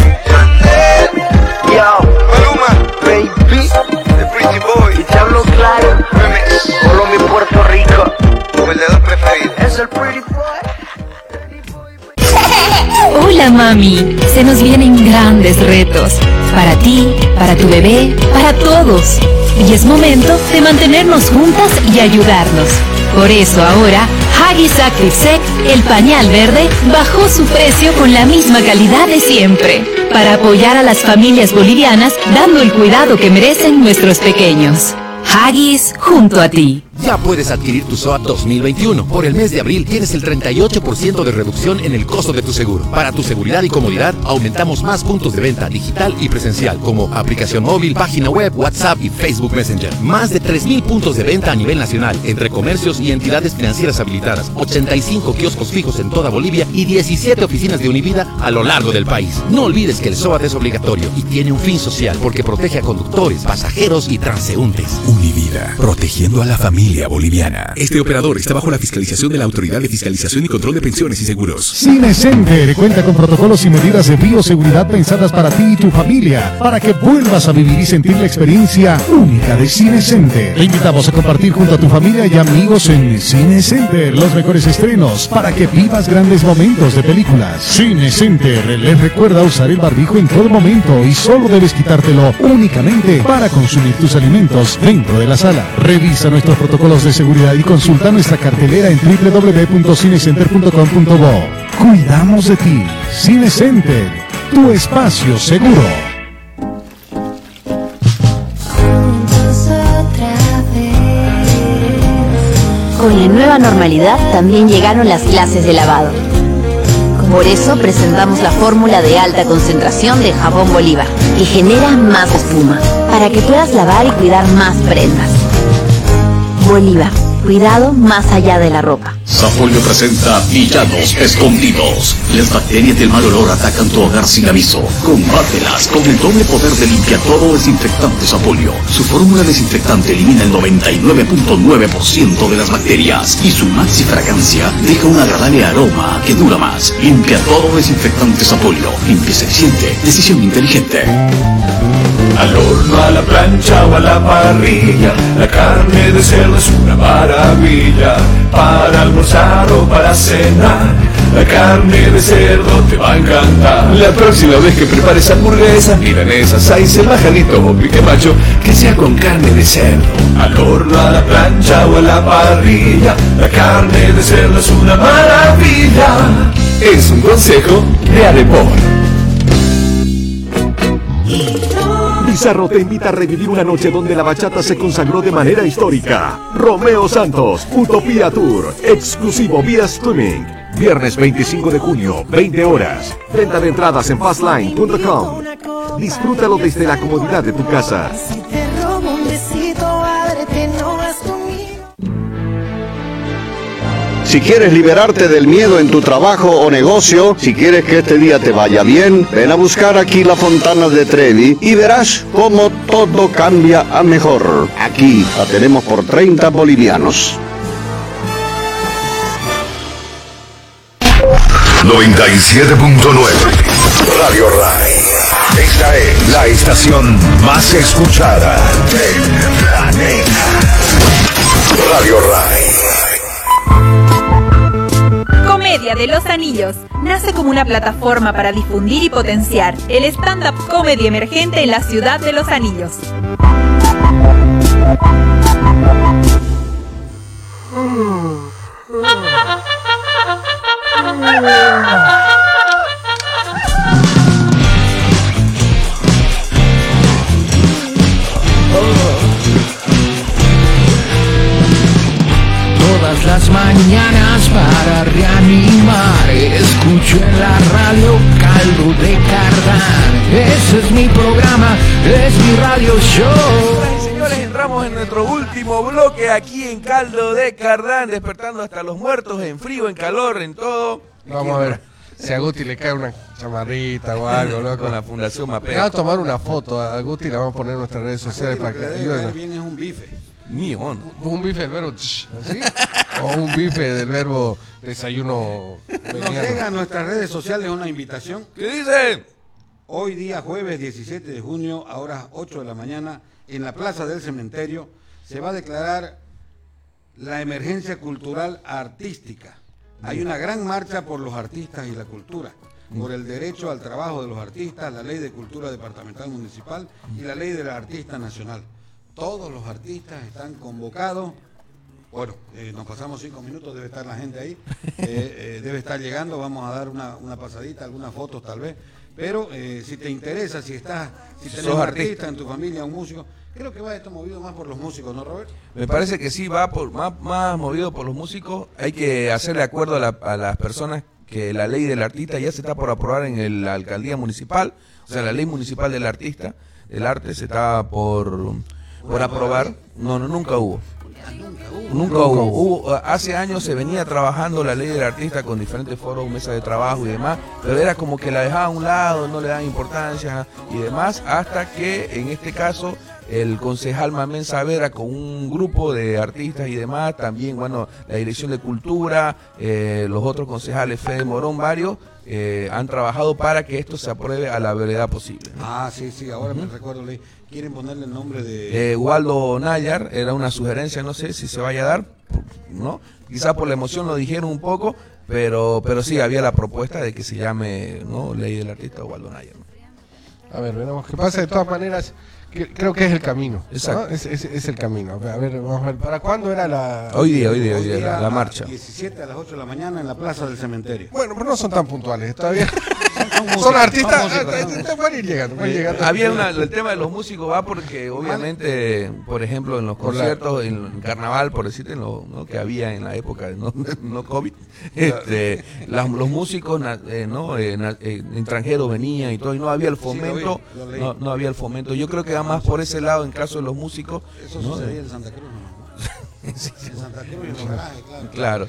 Yo, Maluma, baby, the pretty boy. Y te hablo claro, remix, Colombia, Puerto Rico. Tu vendedor preferido es el pretty boy. Hola mami, se nos vienen grandes retos. Para ti, para tu bebé, para todos. Y es momento de mantenernos juntas y ayudarnos. Por eso ahora, Huggies Active Sec, el pañal verde, bajó su precio con la misma calidad de siempre. Para apoyar a las familias bolivianas, dando el cuidado que merecen nuestros pequeños. Huggies, junto a ti. Ya puedes adquirir tu S O A T dos mil veintiuno. Por el mes de abril tienes el treinta y ocho por ciento de reducción en el costo de tu seguro. Para tu seguridad y comodidad, aumentamos más puntos de venta digital y presencial, como aplicación móvil, página web, WhatsApp y Facebook Messenger. Más de tres mil puntos de venta a nivel nacional, entre comercios y entidades financieras habilitadas, ochenta y cinco kioscos fijos en toda Bolivia y diecisiete oficinas de Univida a lo largo del país. No olvides que el S O A T es obligatorio y tiene un fin social porque protege a conductores, pasajeros y transeúntes. Univida, protegiendo a la familia boliviana. Este operador está bajo la fiscalización de la Autoridad de Fiscalización y Control de Pensiones y Seguros. Cinecenter cuenta con protocolos y medidas de bioseguridad pensadas para ti y tu familia, para que vuelvas a vivir y sentir la experiencia única de Cinecenter. Te invitamos a compartir junto a tu familia y amigos en Cinecenter los mejores estrenos para que vivas grandes momentos de películas. Cinecenter les recuerda usar el barbijo en todo momento y solo debes quitártelo únicamente para consumir tus alimentos dentro de la sala. Revisa nuestros protocolos de seguridad y consulta nuestra cartelera en doble u doble u doble u punto cinecenter punto com punto bo. Cuidamos de ti. Cinecenter, tu espacio seguro. Con la nueva normalidad también llegaron las clases de lavado. Por eso presentamos la fórmula de alta concentración de jabón Bolívar, que genera más espuma, para que puedas lavar y cuidar más prendas. Bolívar, cuidado más allá de la ropa. Sapolio presenta Villanos Escondidos. Las bacterias del mal olor atacan tu hogar sin aviso. Combátelas con el doble poder de limpia todo desinfectante Sapolio. Su fórmula desinfectante elimina el noventa y nueve punto nueve por ciento de las bacterias y su maxi fragancia deja un agradable aroma que dura más. Limpia todo desinfectante Sapolio. Limpieza eficiente, decisión inteligente. Al horno, a la plancha o a la parrilla, la carne de cerdo es una maravilla. Para almorzar o para cenar, la carne de cerdo te va a encantar. La próxima vez que prepares hamburguesas, milanesas, saice, majalito o pique macho, que sea con carne de cerdo. Al horno, a la plancha o a la parrilla, la carne de cerdo es una maravilla. Es un consejo de Adepor. Pizarro te invita a revivir una noche donde la bachata se consagró de manera histórica. Romeo Santos, Utopía Tour, exclusivo vía streaming. Viernes veinticinco de junio, veinte horas. Venta de entradas en fastline punto com. Disfrútalo desde la comodidad de tu casa. Si quieres liberarte del miedo en tu trabajo o negocio, si quieres que este día te vaya bien, ven a buscar aquí la Fontana de Trevi y verás cómo todo cambia a mejor. Aquí la tenemos por treinta bolivianos. noventa y siete punto nueve Radio Rai. Esta es la estación más escuchada del planeta. Radio Rai. Comedia de los Anillos nace como una plataforma para difundir y potenciar el stand-up comedy emergente en la ciudad de Los Anillos. Todas las mañanas para reanimar escucho en la radio Caldo de Cardán. Ese es mi programa, es mi radio show. Señoras y señores, entramos en nuestro último bloque aquí en Caldo de Cardán, despertando hasta los muertos en frío, en calor, en todo. Vamos a ver si a Guti le cae una chamarrita o algo, loco. Con la Fundación Mapea. Vamos a tomar una foto a Guti y la vamos a poner en nuestras redes sociales para que ayuden. Viene es un bife. Mío, ¿no? Un bife del verbo ¿así? O un bife del verbo desayuno. Nos llega a nuestras redes sociales una invitación. ¿Qué dice? Hoy día jueves diecisiete de junio a horas ocho de la mañana en la Plaza del Cementerio se va a declarar la emergencia cultural artística. Hay una gran marcha por los artistas y la cultura, por el derecho al trabajo de los artistas, la ley de cultura departamental municipal y la ley del artista nacional. Todos los artistas están convocados. Bueno, eh, nos pasamos cinco minutos, debe estar la gente ahí, eh, eh, debe estar llegando, vamos a dar una, una pasadita, algunas fotos tal vez, pero eh, si te interesa, si estás, si tenés un artista en tu familia, un músico, creo que va esto movido más por los músicos, ¿no, Robert? Me parece que sí, va por más, más movido por los músicos. Hay que hacerle acuerdo a, la, a las personas que la ley del artista ya se está por aprobar en el, la alcaldía municipal, o sea, la ley municipal del artista, del arte se está por... por aprobar. No, no, nunca hubo. Nunca hubo. hubo. Hace años se venía trabajando la ley del artista con diferentes foros, mesas de trabajo y demás, pero era como que la dejaban a un lado, no le daban importancia y demás, hasta que en este caso el concejal Mamén Saavedra con un grupo de artistas y demás, también, bueno, la Dirección de Cultura, eh, los otros concejales, Fede Morón, varios, eh, han trabajado para que esto se apruebe a la brevedad posible, ¿no? Ah, sí, sí, ahora uh-huh. me recuerdo, le quieren ponerle el nombre de... Eh, Waldo Nayar, era una sugerencia, no sé si se vaya a dar, ¿no? Quizás por la emoción lo dijeron un poco, pero pero sí, había la propuesta de que se llame, ¿no?, Ley del Artista Waldo Nayar, ¿no? A ver, veremos qué pasa. De todas maneras, que, creo que es el camino. Exacto. ¿no? Es, es, es el camino. A ver, vamos a ver, ¿para cuándo era la...? Hoy día, hoy día, hoy día, hoy día la, la marcha. diecisiete a las ocho de la mañana en la Plaza del Cementerio. Bueno, pero no son tan puntuales, todavía. Son, son artistas, te van a ir llegando, van llegando. Había una, el tema de los músicos va porque obviamente, por ejemplo, en los conciertos, en el carnaval, por decirte, en lo, ¿no? que había en la época de no, no COVID, este, las, los músicos eh, no eh, eh, extranjeros venían y todo, y no había el fomento, sí, lo vi, lo no, no había el fomento. Yo creo que va más por ese lado en caso de los músicos. Eso ¿no? sucedía en Santa Cruz, ¿no? Sí, en Santa Cruz y en los garajes, claro. Claro.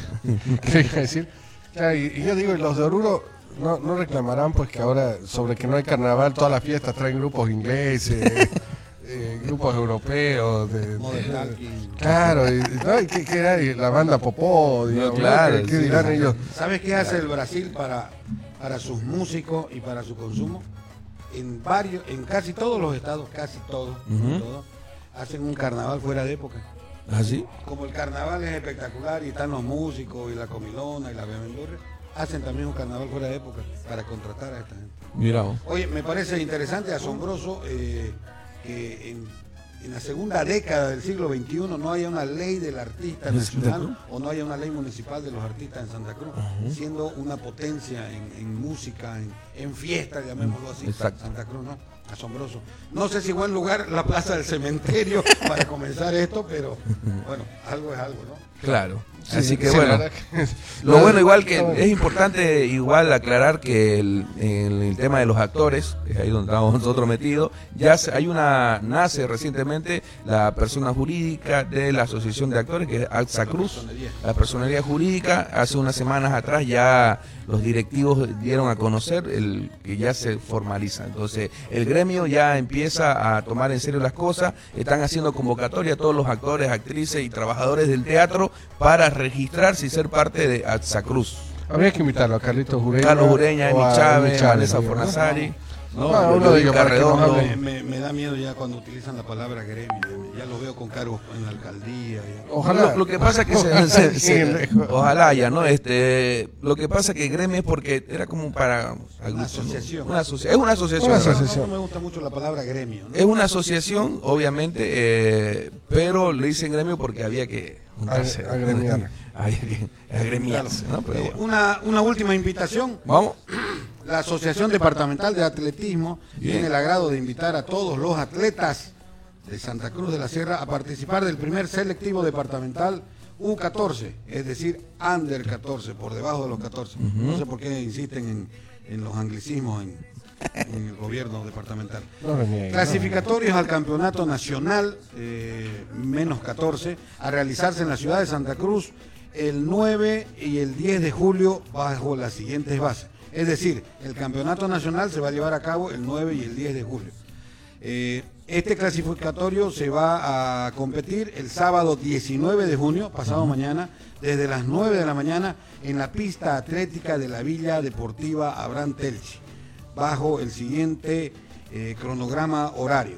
¿Qué iba a decir? Claro, y, y yo digo, los de Oruro no, no reclamarán pues que ahora sobre que no hay carnaval, todas las fiestas traen grupos ingleses, eh, grupos europeos, de, de, de, claro, y, ¿no? ¿Y qué, qué era? Y la banda Popó, digamos, no, claro, ¿qué, qué sí, dirán sí. ellos? ¿Sabes qué hace el Brasil para, para sus músicos y para su consumo? En varios, en casi todos los estados, casi todos, Uh-huh. todos hacen un carnaval fuera de época. ¿Ah, sí? Como el carnaval es espectacular y están los músicos y la comilona y la bebendurria, hacen también un carnaval fuera de época para contratar a esta gente. Mira vos. Oye, me parece interesante, asombroso eh, que en, en la segunda década del siglo veintiuno no haya una ley del artista nacional o no haya una ley municipal de los artistas en Santa Cruz, uh-huh. siendo una potencia en, en música, en, en fiesta, llamémoslo así. Exacto. Santa Cruz, ¿no? Asombroso. No sé si buen lugar la Plaza del Cementerio para comenzar esto, pero bueno, algo es algo, ¿no? Claro. Sí, Así que sí, bueno, que... lo bueno igual que es importante igual aclarar que el, en el tema de los actores, que es ahí donde estamos nosotros metidos, ya se, hay una, nace recientemente la persona jurídica de la Asociación de Actores, que es AXA Cruz, la personería jurídica. Hace unas semanas atrás ya los directivos dieron a conocer el que ya se formaliza. Entonces el gremio ya empieza a tomar en serio las cosas, están haciendo convocatoria a todos los actores, actrices y trabajadores del teatro para registrarse y ser parte de AXA Cruz. Habría que invitarlo a Carlitos Ureña, Carlos Ureña, Emi Chávez, Vanessa ¿no? Fornazari, ¿no? Ah, uno de ellos para que nos Redondo. hable. Me, me da miedo ya cuando utilizan la palabra gremio, ya los veo con cargos en la alcaldía. Ya. Ojalá. Lo, lo que pasa es que se, se- se- ojalá ya, ¿no? Este, lo que pasa es que gremio es porque era como para Una asociación. Una asocia- es una asociación. Una ¿no? asociación. No me gusta mucho la palabra gremio, ¿no? Es una asociación, obviamente, eh, pero le dicen gremio porque había que juntarse. Ag- agremiar. Había que agremiarse, ¿no? Pero Eh, bueno. una, una última invitación. Vamos. La Asociación Departamental de Atletismo Bien. tiene el agrado de invitar a todos los atletas de Santa Cruz de la Sierra a participar del primer selectivo departamental U catorce, es decir, under catorce, por debajo de los catorce. Ujú. No sé por qué insisten en, en los anglicismos en, en el gobierno departamental. No reniegue, Clasificatorios al campeonato nacional, eh, menos catorce, a realizarse en la ciudad de Santa Cruz el nueve y el diez de julio bajo las siguientes bases. Es decir, el campeonato nacional se va a llevar a cabo el nueve y el diez de julio. Eh, este clasificatorio se va a competir el sábado diecinueve de junio, pasado mañana, desde las nueve de la mañana en la pista atlética de la Villa Deportiva Abraham Telchi, bajo el siguiente eh, cronograma horario.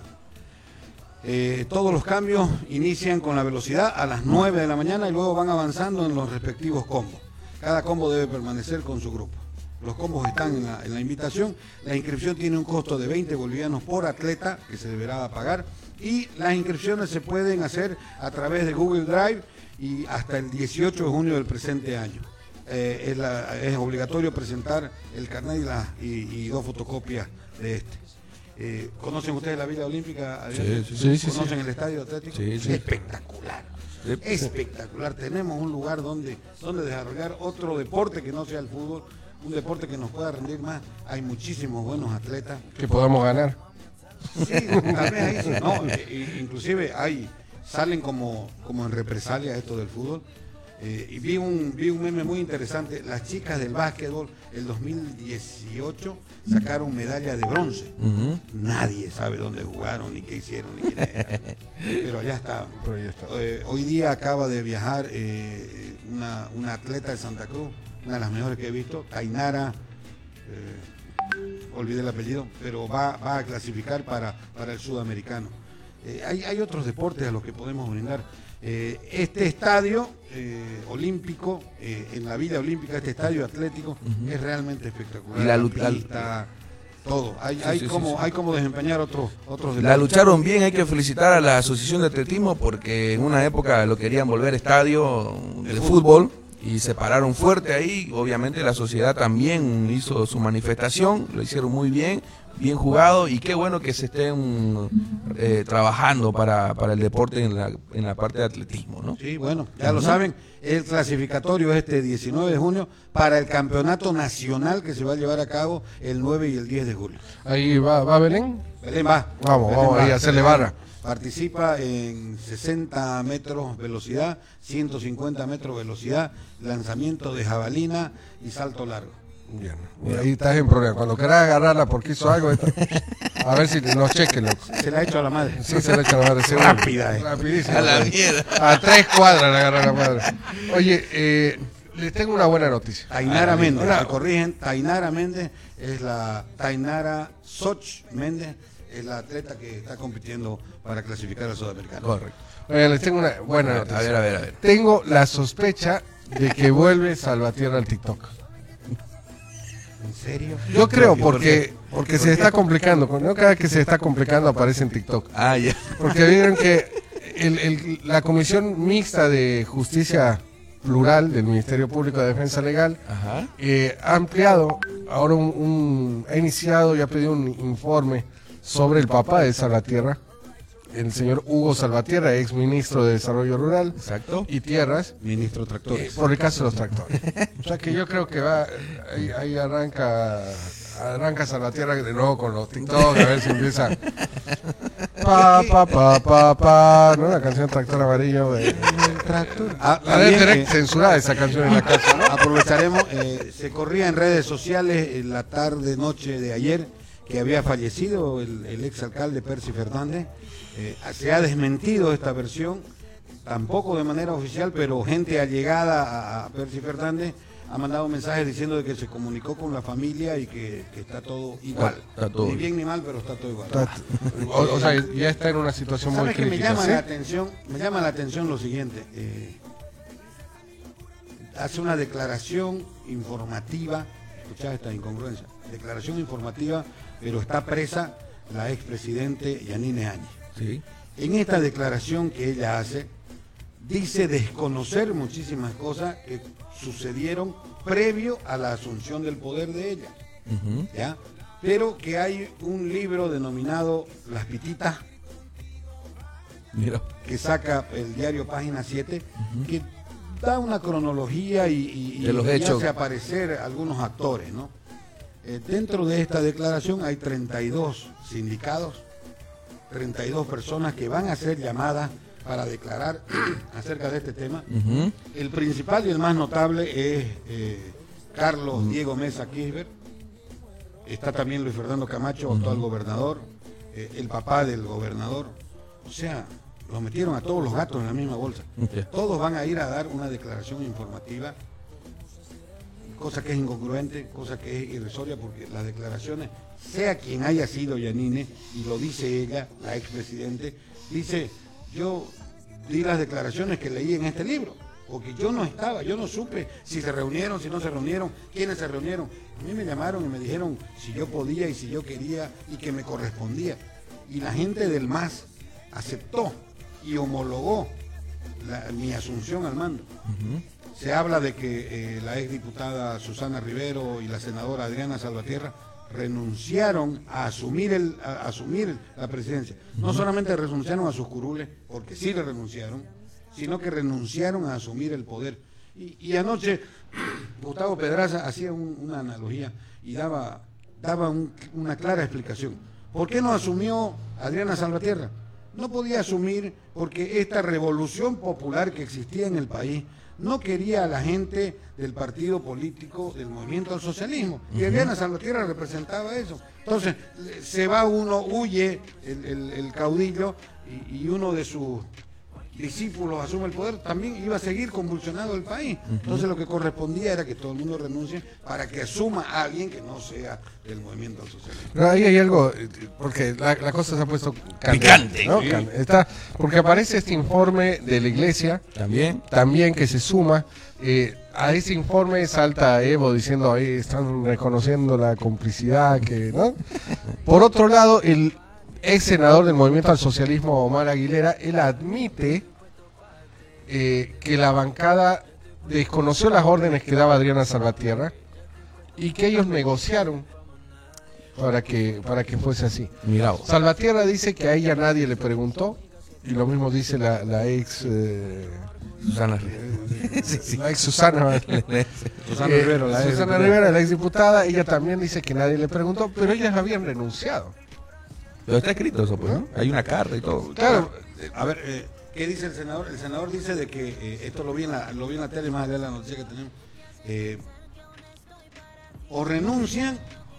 Eh, todos los cambios inician con la velocidad a las nueve de la mañana y luego van avanzando en los respectivos combos. Cada combo debe permanecer con su grupo. Los combos están en la, en la invitación. La inscripción tiene un costo de veinte bolivianos por atleta que se deberá pagar y las inscripciones se pueden hacer a través de Google Drive y hasta el dieciocho de junio del presente año. Eh, es, la- es obligatorio presentar el carnet y, la- y- y dos fotocopias de este. Eh, ¿Conocen ustedes la Villa Olímpica? Sí, sí, sí, sí, ¿Conocen sí. el Estadio Atlético? Sí, sí. Espectacular. Sí. Espectacular. Tenemos un lugar donde, donde desarrollar otro deporte que no sea el fútbol, un deporte que nos pueda rendir más. Hay muchísimos buenos atletas. que podamos ganar. Sí, tal vez ahí sí. No, eh, eh, inclusive hay, salen como, como en represalia esto del fútbol. Eh, y vi un, vi un meme muy interesante. Las chicas del básquetbol, el dos mil dieciocho, sacaron medalla de bronce. Ujú. Nadie sabe dónde jugaron, ni qué hicieron, ni quiénes eran. Pero allá está. Pero ya está. Eh, hoy día acaba de viajar eh, una, una atleta de Santa Cruz, una de las mejores que he visto, Tainara, eh, olvidé el apellido, pero va, va a clasificar para, para el sudamericano. Eh, hay, hay otros deportes a los que podemos brindar. Eh, este estadio eh, olímpico, eh, en la Villa Olímpica, este estadio atlético, Ujú. es realmente espectacular. Y la lu- la- pista, todo. Hay, Sí, hay, sí, como, sí, sí. hay como desempeñar otros otros La lucharon bien, hay que felicitar a la Asociación de Atletismo porque en una época lo querían volver estadio de fútbol y se pararon fuerte ahí. Obviamente la sociedad también hizo su manifestación, lo hicieron muy bien, bien jugado, y qué bueno que se estén eh, trabajando para, para el deporte en la, en la parte de atletismo, ¿no? Sí, bueno, ya lo saben, el clasificatorio es este diecinueve de junio para el campeonato nacional que se va a llevar a cabo el nueve y el diez de julio. Ahí va, ¿va Belén? Belén va. Vamos, Belén vamos va. ahí a hacerle barra. Participa en sesenta metros velocidad, ciento cincuenta metros velocidad, lanzamiento de jabalina y salto largo. Bien. Y ahí estás en problema. Cuando quieras agarrarla porque hizo algo, esta- a ver si nos chequen, loco. Se la ha hecho a la madre. Sí, se la ha hecho a la madre. seguro. Rápida, eh. Rapidísimo. A la pues. mierda. A tres cuadras la agarra la madre. Oye, eh, les tengo una buena noticia. Tainara Méndez, Una- la corrigen, Tainara Méndez es la Tainara Soch Méndez, es la atleta que está compitiendo para clasificar al sudamericano. Correcto. Oye, les tengo una buena A ver, noticia. a ver, a ver, a ver. Tengo la sospecha de que vuelve Salvatierra al TikTok. ¿En serio? Yo creo, ¿Por porque qué? porque ¿Por se qué? está complicando. No cada vez que se está complicando aparece en TikTok. Ah, ya. Porque vieron que el- el- la Comisión Mixta de Justicia Plural del Ministerio Público de Defensa Legal Ajá. eh, ha ampliado, ahora un, un- ha iniciado y ha pedido un informe sobre el papá de Salvatierra, el señor Hugo Salvatierra, ex ministro de Desarrollo Rural Exacto. y Tierras, Ministro Tractores. eh, por el caso de los tractores. O sea que yo creo que va, ahí, ahí arranca, arranca Salvatierra de nuevo con los TikTok, a ver si empieza. Pa, pa, pa, pa, pa, ¿no? La canción Tractor Amarillo de... Ah, La deben también, tener eh, censurada esa canción en la casa, ¿no? Aprovecharemos, eh, se corría en redes sociales en la tarde, noche de ayer, que había fallecido el, el exalcalde Percy Fernández. Eh, se ha desmentido esta versión, tampoco de manera oficial, pero gente allegada a, a Percy Fernández ha mandado mensajes diciendo de que se comunicó con la familia y que, que está todo igual. Está- está todo ni bien. bien ni mal, pero está todo igual. O, o sea, ya está en una situación muy ¿Sabes que me crítica, llama ¿sí? la atención? Me llama la atención lo siguiente. eh, hace una declaración informativa, escuchá esta incongruencia, declaración informativa, pero está presa la expresidente Yanine Áñez. Sí. En esta declaración que ella hace, dice desconocer muchísimas cosas que sucedieron previo a la asunción del poder de ella. Ujú. ¿Ya? Pero que hay un libro denominado Las Pititas, Mira. que saca el diario Página siete, que da una cronología y, y- y- De los y hechos. hace aparecer algunos actores, ¿no? Eh, dentro de esta declaración hay treinta y dos sindicados, treinta y dos personas que van a ser llamadas para declarar acerca de este tema. Ujú. El principal y el más notable es eh, Carlos Diego Mesa Kisber. Está también Luis Fernando Camacho, actual gobernador, eh, el papá del gobernador. O sea, los metieron a todos los gatos en la misma bolsa. Ok. Todos van a ir a dar una declaración informativa, cosa que es incongruente, cosa que es irrisoria, porque las declaraciones, sea quien haya sido Yanine, y lo dice ella, la expresidente, dice, yo di las declaraciones que leí en este libro, porque yo no estaba, yo no supe si se reunieron, si no se reunieron, quiénes se reunieron. A mí me llamaron y me dijeron si yo podía y si yo quería y que me correspondía. Y la gente del M A S aceptó y homologó la- mi asunción al mando. Se habla de que eh, la exdiputada Susana Rivero y la senadora Adriana Salvatierra renunciaron a asumir, el, a asumir la presidencia. No solamente renunciaron a sus curules, porque sí le renunciaron, sino que renunciaron a asumir el poder. Y, y anoche Gustavo Pedraza hacía un- una analogía y daba, daba un- una clara explicación. ¿Por qué no asumió Adriana Salvatierra? No podía asumir porque esta revolución popular que existía en el país no quería a la gente del partido político del movimiento al socialismo. Y Adriana Salvatierra representaba eso. Entonces, le- se va uno, huye el, el- el caudillo y, y uno de sus discípulos asume el poder, también iba a seguir convulsionado el país. Entonces lo que correspondía era que todo el mundo renuncie para que asuma a alguien que no sea del movimiento al socialismo. Pero ahí hay algo, eh, porque la, la cosa se ha puesto Picante. ¿no? Sí. Can- Está, porque aparece este informe de la iglesia, También. también que se suma. eh, a ese informe salta Evo diciendo ahí están reconociendo la complicidad que, ¿no? Por otro lado, el ex senador del Movimiento al Socialismo, Omar Aguilera, él admite eh, que la bancada desconoció las órdenes que daba Adriana Salvatierra y que ellos negociaron para que para que fuese así. Mirá. Salvatierra dice que a ella nadie le preguntó y lo mismo dice la, la ex eh, Susana eh, sí, sí. la ex Susana Susana eh, Rivera, la ex Susana Rivera, la ex diputada, ella también dice que nadie le preguntó, pero ellas habían renunciado. Pero está escrito eso, pues, ¿no? Hay una carta y todo. Claro. A ver, eh, ¿qué dice el senador? El senador dice de que eh, esto lo vi en la, lo vi en la tele, más allá de la noticia que tenemos. Eh, o renuncian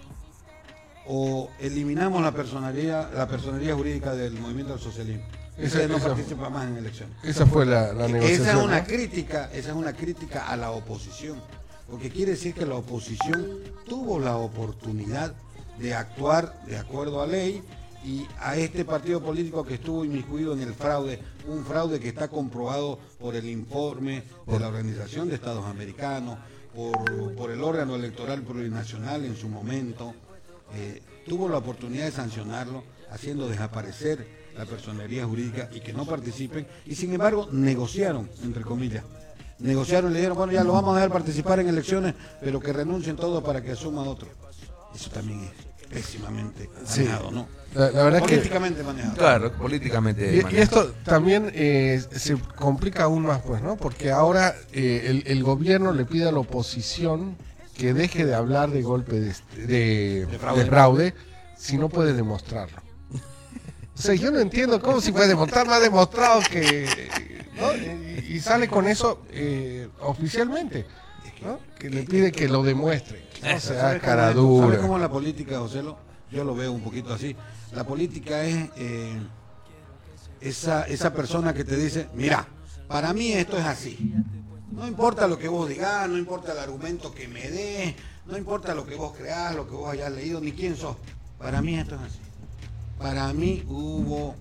o eliminamos la personalidad, la personalidad jurídica del Movimiento al Socialismo. Esa, Ese no esa, participa más en elecciones. Esa fue la, la negociación. Esa es una ¿no? crítica, esa es una crítica a la oposición, porque quiere decir que la oposición tuvo la oportunidad de actuar de acuerdo a ley y a este partido político que estuvo inmiscuido en el fraude, un fraude que está comprobado por el informe de la Organización de Estados Americanos, por, por el órgano electoral plurinacional en su momento, eh, tuvo la oportunidad de sancionarlo, haciendo desaparecer la personería jurídica y que no participen, y sin embargo negociaron, entre comillas, negociaron y le dijeron, bueno, ya lo vamos a dejar participar en elecciones, pero que renuncien todos para que asuma otro. Eso también es pésimamente manejado, sí. ¿no? La, la verdad políticamente que, manejado. Claro, políticamente y, manejado. y esto también eh, se complica aún más, pues, ¿no? Porque ahora eh, el, el gobierno le pide a la oposición que deje de hablar de golpe de, de, de, fraude. de fraude si no puede demostrarlo. O sea, yo no entiendo cómo si puede demostrar, más demostrado que... ¿no? Y, y sale con eso eh, oficialmente, ¿no? Que le pide que lo demuestre. No sea cara dura. ¿Sabe cómo es la política, Joselo? Yo lo veo un poquito así. La política es eh, esa, esa persona que te dice, mira, para mí esto es así. No importa lo que vos digas, no importa el argumento que me des, no importa lo que vos creás, lo que vos hayas leído, ni quién sos. Para mí esto es así. Para mí hubo,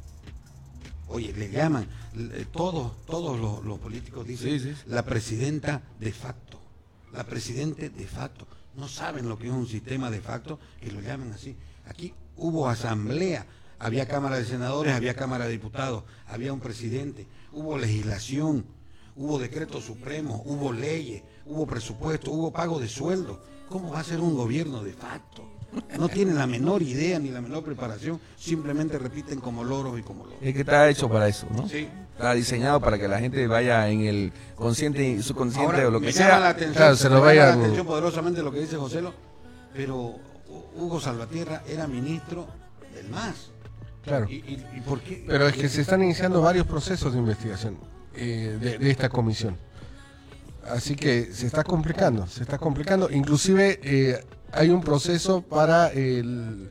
oye, le llaman, todos, todos los, los políticos dicen, sí, sí. La presidenta de facto, la presidente de facto. No saben lo que es un sistema de facto, que lo llaman así. Aquí hubo asamblea, había Cámara de Senadores, había Cámara de Diputados, había un presidente, hubo legislación, hubo decretos supremos, hubo leyes, hubo presupuesto, hubo pago de sueldo. ¿Cómo va a ser un gobierno de facto? No tienen la menor idea ni la menor preparación, simplemente repiten como loros y como loros. Es que está hecho para eso, ¿no? Sí. Está diseñado para que la gente vaya en el consciente y subconsciente Ahora, o lo que me sea. Llama la atención, claro, se lo me vaya llama la atención poderosamente lo que dice Joselo, pero Hugo Salvatierra era ministro del M A S. Claro. ¿Y, y, y por qué? Pero es que se están iniciando varios procesos de investigación eh, de, de esta comisión. Así que se está complicando, se está complicando. Inclusive eh, hay un proceso para el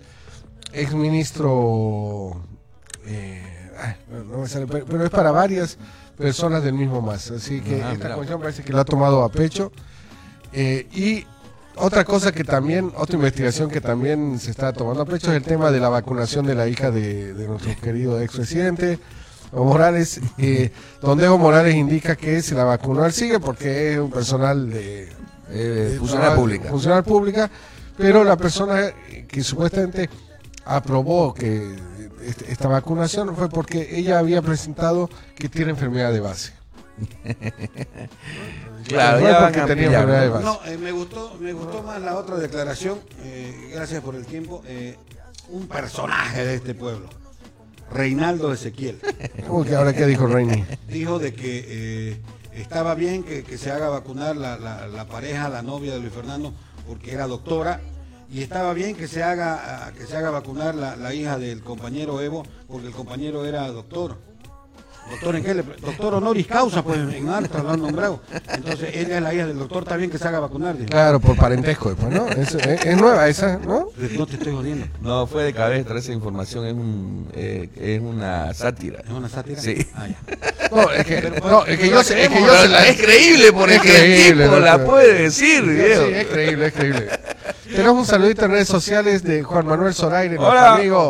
exministro, eh, no, no me sale, pero es para varias personas del mismo M A S. Así que ah, esta mira. comisión parece que lo ha tomado a pecho. Eh, y otra cosa que también, otra investigación que también se está tomando a pecho es el tema de la vacunación de la hija de, de nuestro querido expresidente Evo Morales, eh, donde Evo Morales indica que se la vacunó al sigue porque es un personal de, eh, de funcional pública. funcional pública, pero la persona que supuestamente aprobó que esta vacunación fue porque ella había presentado que tiene enfermedad de base. Claro, ya porque tenía enfermedad de base. No, eh, me gustó, me gustó más la otra declaración. Eh, gracias por el tiempo. Eh, un personaje de este pueblo. Reinaldo Ezequiel. ¿Cómo que ahora qué dijo Reini? Dijo de que eh, estaba bien que, que se haga vacunar la, la, la pareja, la novia de Luis Fernando, porque era doctora, y estaba bien que se haga que se haga vacunar la, la hija del compañero Evo, porque el compañero era doctor. ¿Doctor en qué? Doctor honoris causa, pues en alta lo han nombrado. Entonces ella es la hija del doctor, está bien que se haga vacunar. Dijo. Claro, por parentesco después, ¿no? Es, es, es nueva esa, ¿no? No te estoy jodiendo. No, fue de cabeza, esa información es un eh, es una sátira. ¿Es una sátira? Sí. Ah, ya. No, es que, no, es que yo, es que yo se la... Es creíble porque es creíble, el tipo no, la puede decir. Sí, sí, es creíble, es creíble. Tenemos un saludito en redes sociales de Juan Manuel Zoraire, nuestro Hola. amigo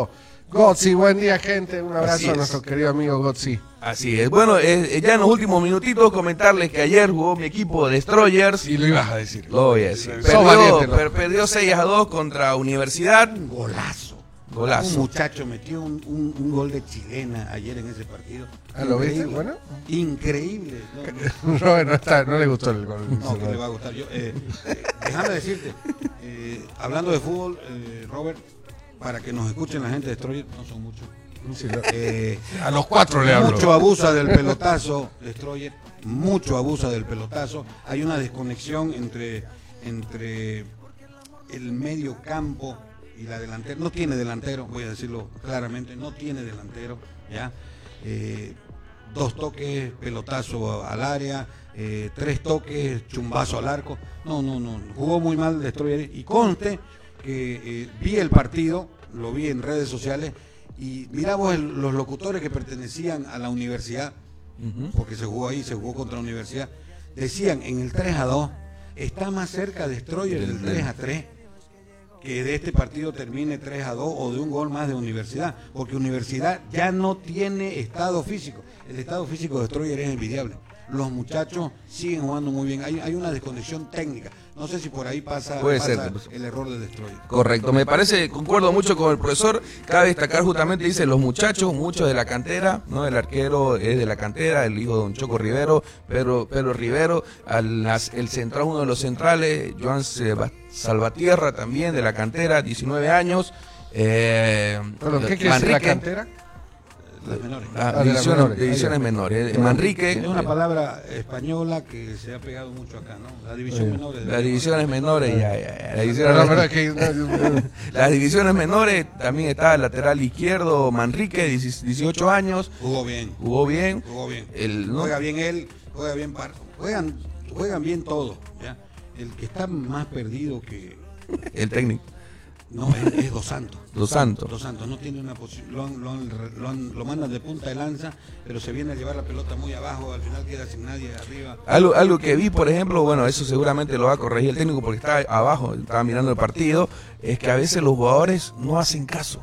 Gotzi, buen día, gente. Un abrazo Así a es. nuestro querido amigo Gotzi. Así es. Bueno, eh, ya en los últimos minutitos comentarles que ayer jugó mi equipo Destroyers. Y lo ibas a decir. Lo voy a decir. Sos Perdió, valiente, ¿no? per- perdió seis a dos contra Universidad. Un golazo. Golazo. Un muchacho metió un, un, un gol de chilena ayer en ese partido. Ah, ¿lo viste? Increíble. Bueno. Increíble. No, no. No, no, está, no le gustó el gol. No, que le va a gustar. Yo, eh, eh, déjame decirte, eh, hablando de fútbol, eh, Robert, para que nos escuchen la gente de Destroyer, no son muchos. Sí, no. Eh, A los cuatro le hablo. Mucho abusa del pelotazo, Destroyer, mucho abusa del pelotazo. Hay una desconexión entre, entre el medio campo y la delantera. No tiene delantero, voy a decirlo claramente, no tiene delantero, ¿ya? Eh, dos toques, pelotazo al área, eh, tres toques, chumbazo al arco. No, no, no, jugó muy mal Destroyer. Y conste que eh, vi el partido, lo vi en redes sociales, y mira vos el- los locutores que pertenecían a la universidad, Ujú. porque se jugó ahí, se jugó contra la universidad, decían en el tres a dos, está más cerca Destroyer del tres a tres que de este partido termine tres a dos o de un gol más de Universidad, porque Universidad ya no tiene estado físico. El estado físico de Destroyer es envidiable. Los muchachos siguen jugando muy bien. Hay, hay una desconexión técnica. No sé si por ahí pasa, Puede pasa ser, pues. el error de Destroyer. Correcto, me parece, concuerdo mucho con el profesor. Cabe destacar justamente, dice, los muchachos, muchos de la cantera, ¿no? El arquero es de la cantera, el hijo de don Choco Rivero, Pedro, Pedro Rivero, al, las- el central, uno de los centrales, Joan Seba- Salvatierra, también de la cantera, diecinueve años. Eh, Perdón, ¿qué quiere decir la Manrique, cantera? Las menores. ah, Ah, de las divisiones, menores. divisiones menores. Manrique, Es una palabra española que se ha pegado mucho acá, ¿no? La división menor. las divisiones menores, ya, ya, ya, las divisiones Pero, pero menores. es que- Las divisiones menores, también está el lateral izquierdo Manrique, dieciocho años, Jugó bien. jugó bien. Jugó bien. El, ¿no? Juega bien él, juega bien par, juegan, juegan bien todos, ¿ya? El que está más perdido que El técnico. no es, es Dos Santos. Dos Santos. Dos Santos no tiene una posición, lo, han- lo, han- lo, han- lo mandan de punta de lanza, pero se viene a llevar la pelota muy abajo, al final queda sin nadie arriba. Algo, algo que vi, por ejemplo, bueno, eso seguramente lo va a corregir el técnico porque está abajo, estaba mirando el partido, es que a veces los jugadores no hacen caso.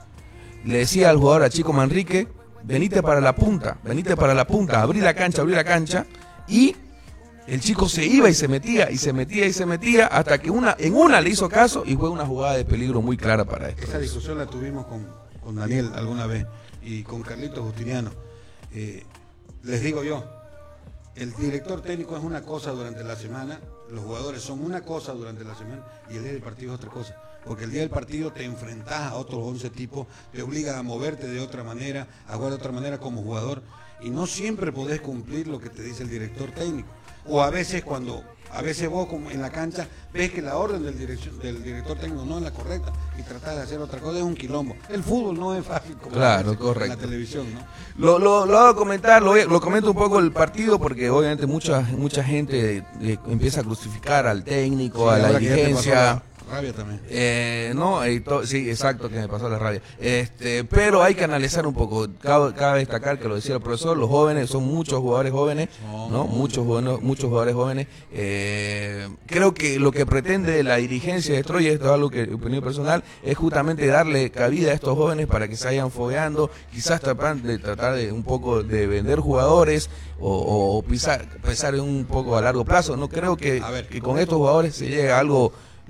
Le decía al jugador, a Chico Manrique, venite para la punta, venite para la punta, abrí la cancha, abrí la cancha, y el chico se iba y se metía, y se metía y se metía, hasta que una en una le hizo caso y fue una jugada de peligro muy clara para esto. Esa discusión la tuvimos con, con Daniel alguna vez y con Carlitos Justiniano. Eh, les digo yo, el director técnico es una cosa durante la semana, los jugadores son una cosa durante la semana y el día del partido es otra cosa. Porque el día del partido te enfrentás a otros once tipos, te obliga a moverte de otra manera, a jugar de otra manera como jugador y no siempre podés cumplir lo que te dice el director técnico. O a veces cuando, a veces vos como en la cancha ves que la orden del, dirección, del director técnico no es la correcta y tratás de hacer otra cosa, es un quilombo. El fútbol no es fácil como Claro, parece correcto. en la televisión, ¿no? Lo, lo, lo hago a comentar, lo, lo comento un poco el partido porque obviamente mucha mucha gente eh, empieza a crucificar al técnico, Sí, a la ahora que ya te pasó dirigencia. la rabia también. Eh, no, y to- sí, exacto, que me pasó la rabia. Este, pero hay que analizar un poco. Cabe, cabe destacar que lo decía el profesor, los jóvenes son muchos jugadores jóvenes, ¿no? Muchos buenos, muchos jugadores jóvenes. Eh, creo que lo que pretende la dirigencia de Destroyer, esto es algo que opinión personal, es justamente darle cabida a estos jóvenes para que se vayan fogueando, quizás tratar de tratar de un poco de vender jugadores o, o pisar, pensar en un poco a largo plazo. No creo que, A ver. que con estos jugadores se llegue a algo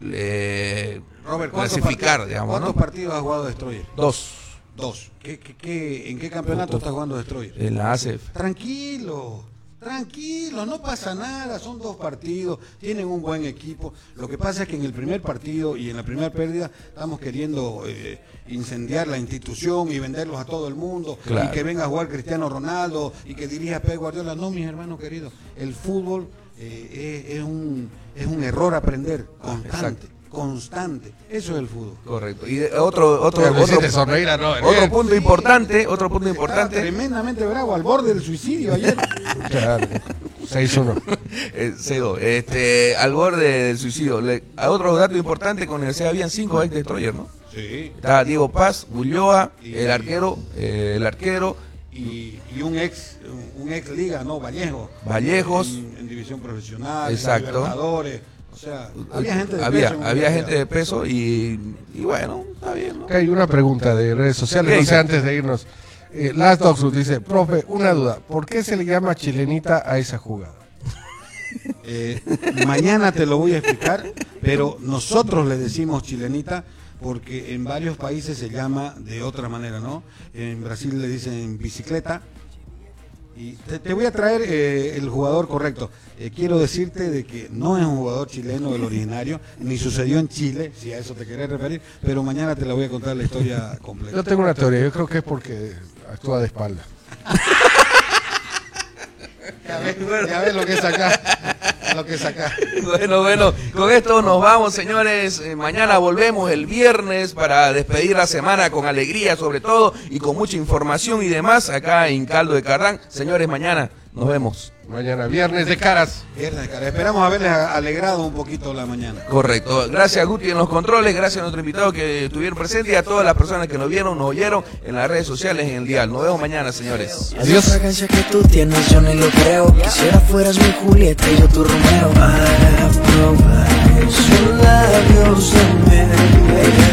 eh, Robert, ¿cuántos clasificar, partidos- digamos, ¿cuántos ¿no? partidos ha jugado Destroyer? Dos. Dos. ¿Qué, qué, qué- en qué campeonato está jugando Destroyer? En la A C F. Tranquilo, tranquilo, no pasa nada, son dos partidos, tienen un buen equipo. Lo que pasa es que en el primer partido y en la primera pérdida estamos queriendo eh, incendiar la institución y venderlos a todo el mundo, Claro. y que venga a jugar Cristiano Ronaldo y que dirija Pep Guardiola. No, mis hermanos queridos, el fútbol eh, es, es un, es un error aprender constante. Constante, eso es el fútbol. Correcto. Y de- otro otro Pero otro, hiciste sonreír a Robert, otro bien. punto importante, otro punto Estaba importante. tremendamente bravo, al borde del suicidio ayer. Claro. seis uno. Eh, C dos, este, al borde del suicidio. Le- a otro dato importante, con la universidad habían cinco ex Destroyer, ¿no? Sí. Estaba Diego Paz, Ulloa, Y- el arquero, eh, el arquero, Y, y un ex un ex liga, ¿no? Vallejo. Vallejos. En, en división profesional, Exacto. en Libertadores. O sea, había gente de había, peso. Había gente de peso y, y bueno, está bien, ¿no? Okay, hay una pregunta de redes sociales, no sé, antes de irnos. Eh, Last Dogs dice, profe, una duda, ¿por qué se le llama chilenita a esa jugada? Eh, mañana te lo voy a explicar, pero nosotros le decimos chilenita porque en varios países se llama de otra manera, ¿no? En Brasil le dicen bicicleta. Y te, te voy a traer eh, el jugador correcto. Eh, quiero decirte de que no es un jugador chileno el originario, ni sucedió en Chile, si a eso te querés referir, pero mañana te la voy a contar la historia completa. Yo tengo una teoría, yo creo que es porque actúa de espalda. Ya ves, ya ves lo que es acá. Lo que es acá. Bueno, bueno, con esto nos vamos, señores. Eh, mañana volvemos el viernes para despedir la semana con alegría, sobre todo, y con mucha información y demás acá en Caldo de Cardán. Señores, mañana nos vemos. Mañana, viernes de caras. Viernes de caras. Esperamos haberles alegrado un poquito la mañana. Correcto. Gracias a Guti en los controles, gracias a nuestro invitado que estuvieron presentes y a todas las personas que nos vieron, nos oyeron en las redes sociales, en el dial. Nos vemos mañana, señores. Adiós. Esa fragancia que tú tienes, yo ni lo creo. Quisiera fueras mi Julieta y yo tu Romeo. Para probar esos labios de miel.